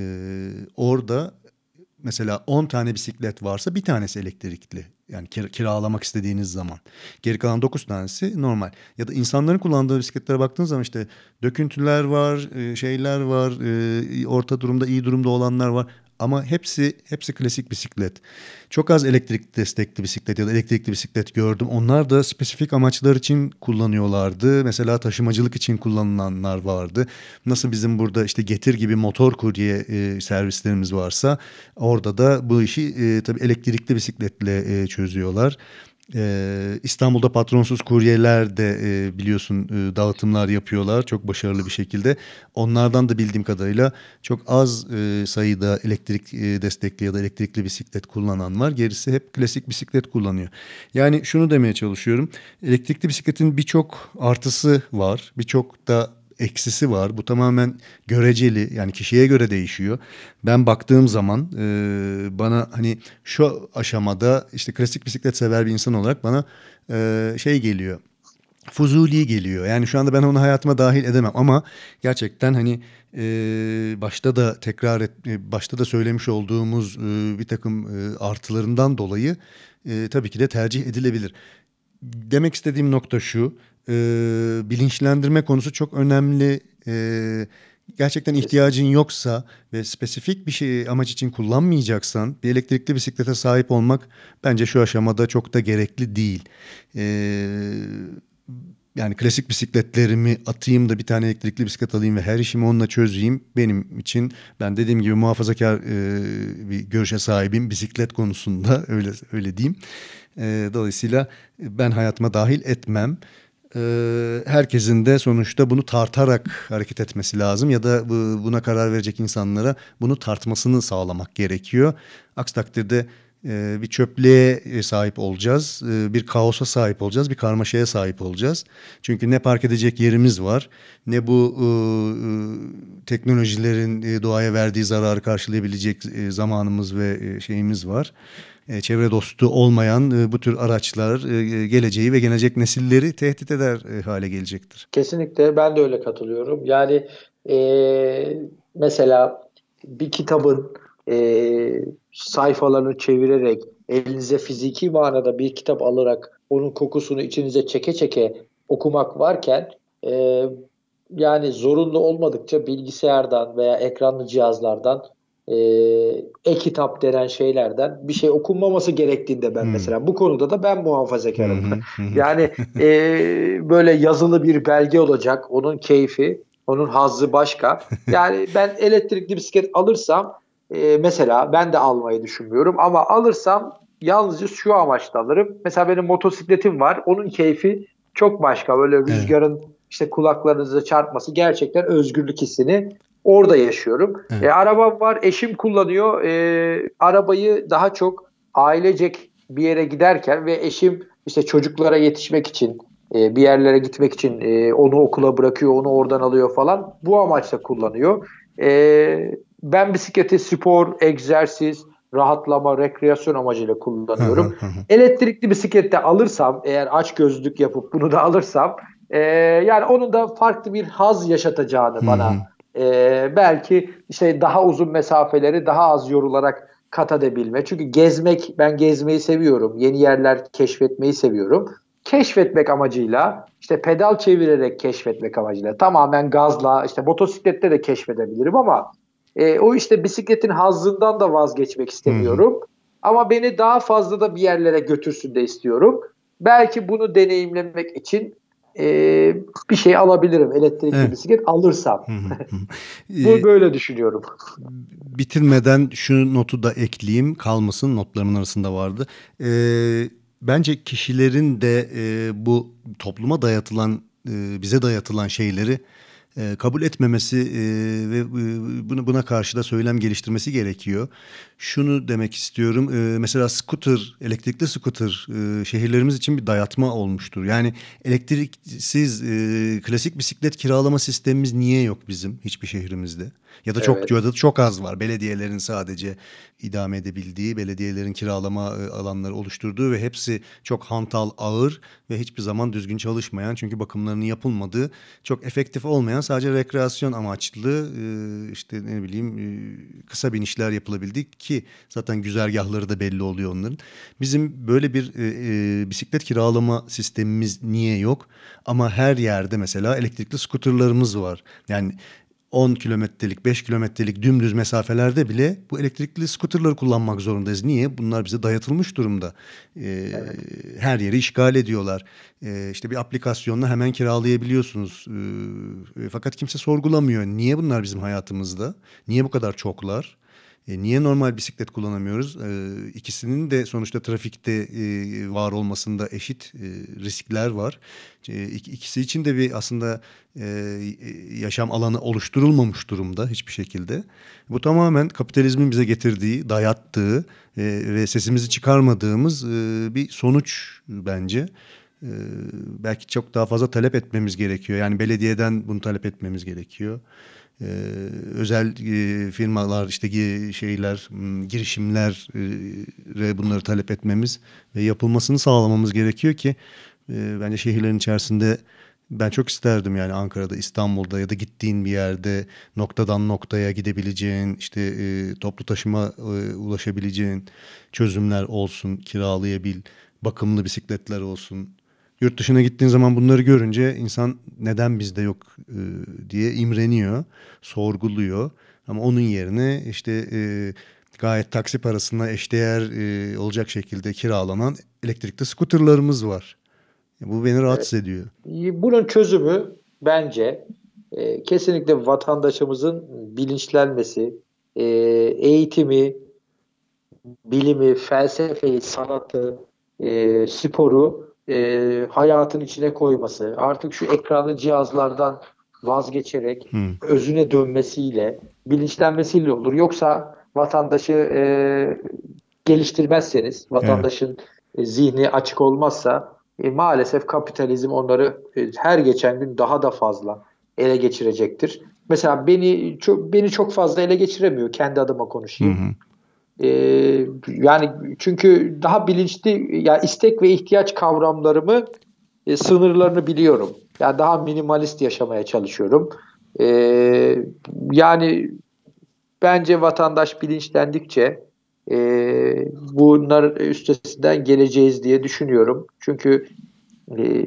Orada mesela 10 tane bisiklet varsa bir tanesi elektrikli. Yani kiralamak istediğiniz zaman. Geri kalan 9 tanesi normal. Ya da insanların kullandığı bisikletlere baktığınız zaman işte döküntüler var, şeyler var, orta durumda, iyi durumda olanlar var. Ama hepsi klasik bisiklet. Çok az elektrik destekli bisiklet ya da elektrikli bisiklet gördüm. Onlar da spesifik amaçlar için kullanıyorlardı. Mesela taşımacılık için kullanılanlar vardı. Nasıl bizim burada işte Getir gibi motor kurye servislerimiz varsa orada da bu işi tabii elektrikli bisikletle çözüyorlar. İstanbul'da patronsuz kuryeler de biliyorsun dağıtımlar yapıyorlar çok başarılı bir şekilde. Onlardan da bildiğim kadarıyla çok az sayıda elektrik destekli ya da elektrikli bisiklet kullanan var. Gerisi hep klasik bisiklet kullanıyor. Yani şunu demeye çalışıyorum. Elektrikli bisikletin birçok artısı var, birçok da eksisi var. Bu tamamen göreceli, yani kişiye göre değişiyor. Ben baktığım zaman bana hani şu aşamada işte klasik bisiklet sever bir insan olarak bana şey geliyor. Fuzuli geliyor. Yani şu anda ben onu hayatıma dahil edemem ama gerçekten hani başta da söylemiş olduğumuz bir takım artılarından dolayı tabii ki de tercih edilebilir. Demek istediğim nokta şu. e, Bilinçlendirme konusu çok önemli. Gerçekten ihtiyacın Kesinlikle. yoksa ve spesifik bir şey amaç için kullanmayacaksan bir elektrikli bisiklete sahip olmak bence şu aşamada çok da gerekli değil. E, Yani klasik bisikletlerimi atayım da bir tane elektrikli bisiklet alayım ve her işimi onunla çözeyim. Benim için ben dediğim gibi muhafazakar bir görüşe sahibim bisiklet konusunda öyle diyeyim. Dolayısıyla ben hayatıma dahil etmem. Herkesin de sonuçta bunu tartarak hareket etmesi lazım ya da buna karar verecek insanlara bunu tartmasını sağlamak gerekiyor. Aksi takdirde bir çöplüğe sahip olacağız, bir kaosa sahip olacağız, bir karmaşaya sahip olacağız. Çünkü ne park edecek yerimiz var, ne bu teknolojilerin doğaya verdiği zararı karşılayabilecek zamanımız ve şeyimiz var. Çevre dostu olmayan bu tür araçlar geleceği ve gelecek nesilleri tehdit eder hale gelecektir. Kesinlikle ben de öyle katılıyorum. Yani mesela bir kitabın sayfalarını çevirerek elinize fiziki manada bir kitap alarak onun kokusunu içinize çeke çeke okumak varken e, yani zorunlu olmadıkça bilgisayardan veya ekranlı cihazlardan e, e-kitap denen şeylerden bir şey okunmaması gerektiğinde ben Hmm. mesela bu konuda da ben Hı muhafazakarım. hı, hı hı. Yani böyle yazılı bir belge olacak. Onun keyfi, onun hazzı başka. Yani ben elektrikli bisiklet alırsam mesela ben de almayı düşünmüyorum ama alırsam yalnızca şu amaçla alırım. Mesela benim motosikletim var. Onun keyfi çok başka. Böyle Evet, rüzgarın işte kulaklarınıza çarpması gerçekten özgürlük hissini orada yaşıyorum. evet. Arabam var, eşim kullanıyor. Arabayı daha çok ailecek bir yere giderken ve eşim işte çocuklara yetişmek için bir yerlere gitmek için onu okula bırakıyor, onu oradan alıyor falan. Bu amaçla kullanıyor. Ben bisikleti spor, egzersiz, rahatlama, rekreasyon amacıyla Hı hı kullanıyorum. hı hı. Elektrikli bisiklet de alırsam, eğer açgözlülük yapıp bunu da alırsam, yani onun da farklı bir haz yaşatacağını Hı bana, hı. belki işte daha uzun mesafeleri daha az yorularak kat edebilme. Çünkü ben gezmeyi seviyorum. Yeni yerler keşfetmeyi seviyorum. Keşfetmek amacıyla, işte pedal çevirerek keşfetmek amacıyla, tamamen gazla, işte motosiklette de keşfedebilirim ama o işte bisikletin hazzından da vazgeçmek Hı hı. istemiyorum. Ama beni daha fazla da bir yerlere götürsün de istiyorum. Belki bunu deneyimlemek için e, bir şey alabilirim, elektrikli Evet. bisiklet alırsam. Hı hı hı. Bu Ee, böyle düşünüyorum. Bitirmeden şu notu da ekleyeyim, kalmasın, notlarımın arasında vardı. Bence kişilerin de bu topluma dayatılan, bize dayatılan şeyleri kabul etmemesi ve buna karşı da söylem geliştirmesi gerekiyor. Şunu demek istiyorum. Mesela scooter, elektrikli scooter şehirlerimiz için bir dayatma olmuştur. Yani elektriksiz klasik bisiklet kiralama sistemimiz niye yok bizim hiçbir şehrimizde? Ya Evet. da çok az var. Belediyelerin sadece idame edebildiği, belediyelerin kiralama alanları oluşturduğu ve hepsi çok hantal, ağır ve hiçbir zaman düzgün çalışmayan, çünkü bakımlarının yapılmadığı, çok efektif olmayan, sadece rekreasyon amaçlı işte ne bileyim kısa binişler yapılabildiği, ki zaten güzergahları da belli oluyor onların. Bizim böyle bir bisiklet kiralama sistemimiz niye yok? Ama her yerde mesela elektrikli skuterlarımız var. Yani 10 kilometrelik, 5 kilometrelik dümdüz mesafelerde bile bu elektrikli skuterları kullanmak zorundayız. Niye? Bunlar bize dayatılmış durumda. Ee, Evet. Her yeri işgal ediyorlar. İşte bir aplikasyonla hemen kiralayabiliyorsunuz. Fakat kimse sorgulamıyor. Niye bunlar bizim hayatımızda? Niye bu kadar çoklar? Niye normal bisiklet kullanamıyoruz? İkisinin de sonuçta trafikte var olmasında eşit riskler var. İkisi için de bir aslında yaşam alanı oluşturulmamış durumda hiçbir şekilde. Bu tamamen kapitalizmin bize getirdiği, dayattığı ve sesimizi çıkarmadığımız bir sonuç bence. E, Belki çok daha fazla talep etmemiz gerekiyor. Yani belediyeden bunu talep etmemiz gerekiyor. Ee, Özel firmalar, işte şeyler, girişimlere bunları talep etmemiz ve yapılmasını sağlamamız gerekiyor ki bence şehirlerin içerisinde, ben çok isterdim yani Ankara'da, İstanbul'da ya da gittiğin bir yerde noktadan noktaya gidebileceğin, işte toplu taşıma ulaşabileceğin çözümler olsun, kiralayabil, bakımlı bisikletler olsun. Yurt dışına gittiğin zaman bunları görünce insan neden bizde yok diye imreniyor, sorguluyor. Ama onun yerine işte gayet taksi parasına eşdeğer olacak şekilde kiralanan elektrikli skuterlarımız var. Bu beni Evet. rahatsız ediyor. Bunun çözümü bence kesinlikle vatandaşımızın bilinçlenmesi, eğitimi, bilimi, felsefeyi, sanatı, sporu hayatın içine koyması, artık şu ekranlı cihazlardan vazgeçerek Hı, özüne dönmesiyle, bilinçlenmesiyle olur. Yoksa vatandaşı geliştirmezseniz, evet. vatandaşın zihni açık olmazsa, maalesef kapitalizm onları her geçen gün daha da fazla ele geçirecektir. Mesela beni çok fazla ele geçiremiyor, kendi adıma Hı konuşayım. hı. Yani çünkü daha bilinçli, ya istek ve ihtiyaç kavramlarımı, sınırlarını biliyorum. Yani daha minimalist yaşamaya çalışıyorum. E, Yani bence vatandaş bilinçlendikçe e, bunlar üstesinden geleceğiz diye düşünüyorum. Çünkü e,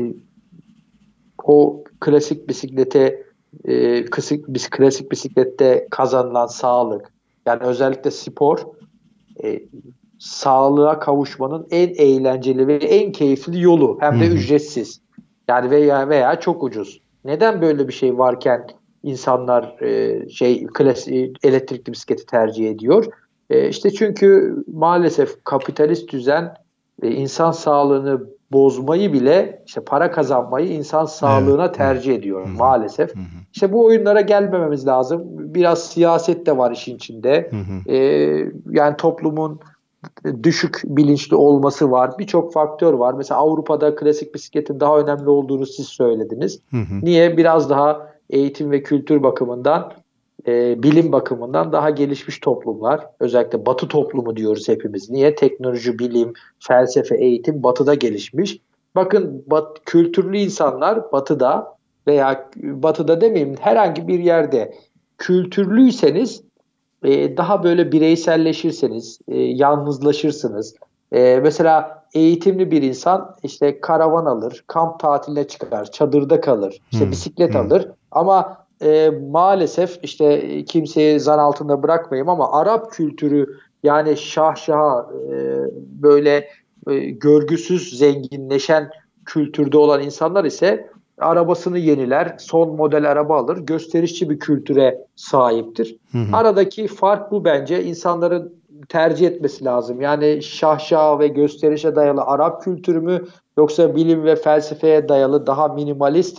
o klasik bisiklete klasik bisiklette kazanılan sağlık, yani özellikle spor, e, sağlığa kavuşmanın en eğlenceli ve en keyifli yolu, Hı hem de hı. ücretsiz. Yani veya çok ucuz. Neden böyle bir şey varken insanlar elektrikli bisikleti tercih ediyor? İşte çünkü maalesef kapitalist düzen insan sağlığını bozmayı bile, işte para kazanmayı insan Evet. sağlığına Evet. tercih ediyor Hı hı. maalesef. Hı hı. İşte bu oyunlara gelmememiz lazım. Biraz siyaset de var işin içinde. Hı hı. Ee, Yani toplumun düşük bilinçli olması var. Birçok faktör var. Mesela Avrupa'da klasik bisikletin daha önemli olduğunu siz söylediniz. Hı hı. Niye? Biraz daha eğitim ve kültür bakımından bilim bakımından daha gelişmiş toplumlar. Özellikle Batı toplumu diyoruz hepimiz. Niye? Teknoloji, bilim, felsefe, eğitim Batı'da gelişmiş. Bakın kültürlü insanlar Batı'da veya Batı'da demeyeyim herhangi bir yerde kültürlüyseniz daha böyle bireyselleşirseniz, yalnızlaşırsınız. Mesela eğitimli bir insan işte karavan alır, kamp tatiline çıkar, çadırda kalır, işte bisiklet alır. Ama maalesef işte kimseyi zan altında bırakmayayım ama Arap kültürü yani şahşaha böyle görgüsüz zenginleşen kültürde olan insanlar ise arabasını yeniler, son model araba alır, gösterişçi bir kültüre sahiptir. Aradaki fark bu bence. İnsanların tercih etmesi lazım. Yani şahşa ve gösterişe dayalı Arap kültürü mü yoksa bilim ve felsefeye dayalı daha minimalist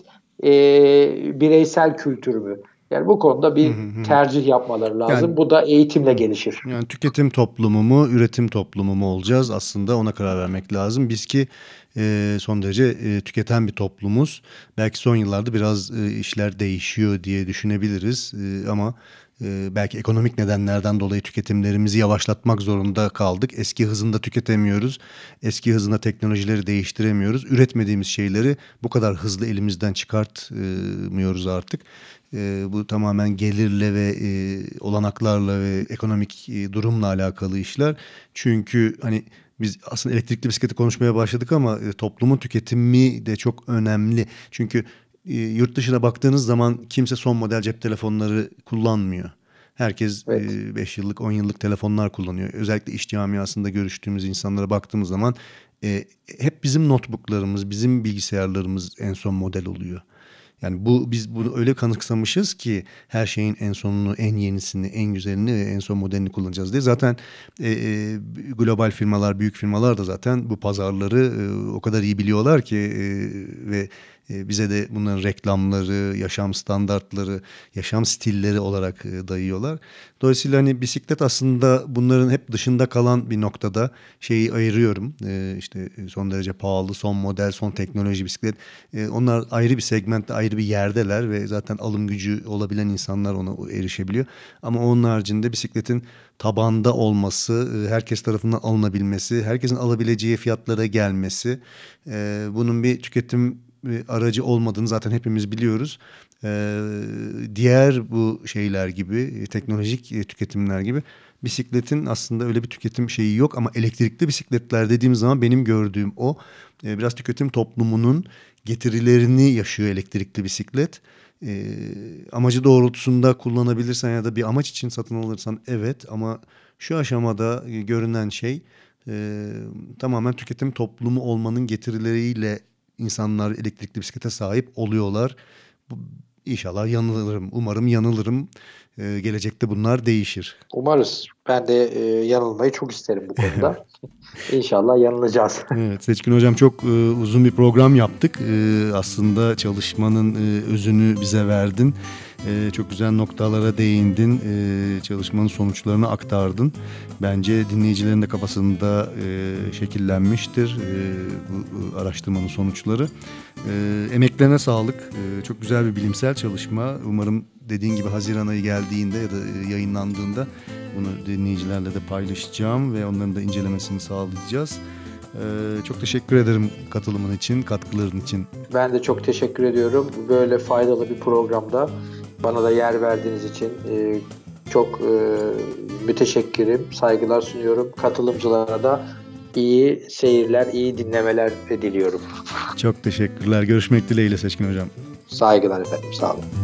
bireysel kültür mü? Yani bu konuda bir tercih yapmaları lazım. Yani Bu da eğitimle gelişir. Yani tüketim toplumu mu, üretim toplumu mu olacağız? Aslında ona karar vermek lazım. Biz ki son derece tüketen bir toplumuz. Belki son yıllarda biraz işler değişiyor diye düşünebiliriz. Ama belki ekonomik nedenlerden dolayı tüketimlerimizi yavaşlatmak zorunda kaldık. Eski hızında tüketemiyoruz. Eski hızında teknolojileri değiştiremiyoruz. Üretmediğimiz şeyleri bu kadar hızlı elimizden çıkartmıyoruz artık. Bu tamamen gelirle ve olanaklarla ve ekonomik durumla alakalı işler. Çünkü hani biz aslında elektrikli bisikleti konuşmaya başladık ama toplumun tüketimi de çok önemli. Çünkü yurt dışına baktığınız zaman kimse son model cep telefonları kullanmıyor. Herkes Evet. 5 yıllık 10 yıllık telefonlar kullanıyor. Özellikle iş camiasında görüştüğümüz insanlara baktığımız zaman hep bizim notebooklarımız, bizim bilgisayarlarımız en son model oluyor. Yani biz bunu öyle kanıksamışız ki her şeyin en sonunu, en yenisini, en güzelini ve en son modelini kullanacağız diye. Zaten global firmalar, büyük firmalar da zaten bu pazarları o kadar iyi biliyorlar ki ve bize de bunların reklamları, yaşam standartları, yaşam stilleri olarak dayıyorlar. Dolayısıyla hani bisiklet aslında bunların hep dışında kalan bir noktada şeyi ayırıyorum. İşte son derece pahalı, son model, son teknoloji bisiklet. Onlar ayrı bir segmentte, ayrı bir yerdeler ve zaten alım gücü olabilen insanlar ona erişebiliyor. Ama onun haricinde bisikletin tabanda olması, herkes tarafından alınabilmesi, herkesin alabileceği fiyatlara gelmesi, bunun bir tüketim aracı olmadığını zaten hepimiz biliyoruz. Diğer bu şeyler gibi, teknolojik tüketimler gibi bisikletin aslında öyle bir tüketim şeyi yok ama elektrikli bisikletler dediğim zaman benim gördüğüm o. Biraz tüketim toplumunun getirilerini yaşıyor elektrikli bisiklet. Amacı doğrultusunda kullanabilirsen ya da bir amaç için satın alırsan evet ama şu aşamada görünen şey tamamen tüketim toplumu olmanın getirileriyle insanlar elektrikli bisiklete sahip oluyorlar. İnşallah yanılırım. Umarım yanılırım. Gelecekte bunlar değişir. Umarız. Ben de yanılmayı çok isterim bu konuda. İnşallah yanılacağız. Evet, Seçkin Hocam çok uzun bir program yaptık. Aslında çalışmanın özünü bize verdin. Çok güzel noktalara değindin. Çalışmanın sonuçlarını aktardın. Bence dinleyicilerin de kafasında şekillenmiştir bu araştırmanın sonuçları. Emeklerine sağlık. Çok güzel bir bilimsel çalışma. Umarım dediğin gibi Haziran ayı geldiğinde ya da yayınlandığında bunu dinleyicilerle de paylaşacağım ve onların da incelemesini sağlayacağız. Çok teşekkür ederim katılımın için, katkıların için. Ben de çok teşekkür ediyorum. Böyle faydalı bir programda bana da yer verdiğiniz için çok müteşekkirim. Saygılar sunuyorum. Katılımcılara da iyi seyirler, iyi dinlemeler diliyorum. Çok teşekkürler. Görüşmek dileğiyle Seçkin Hocam. Saygılar efendim. Sağ olun.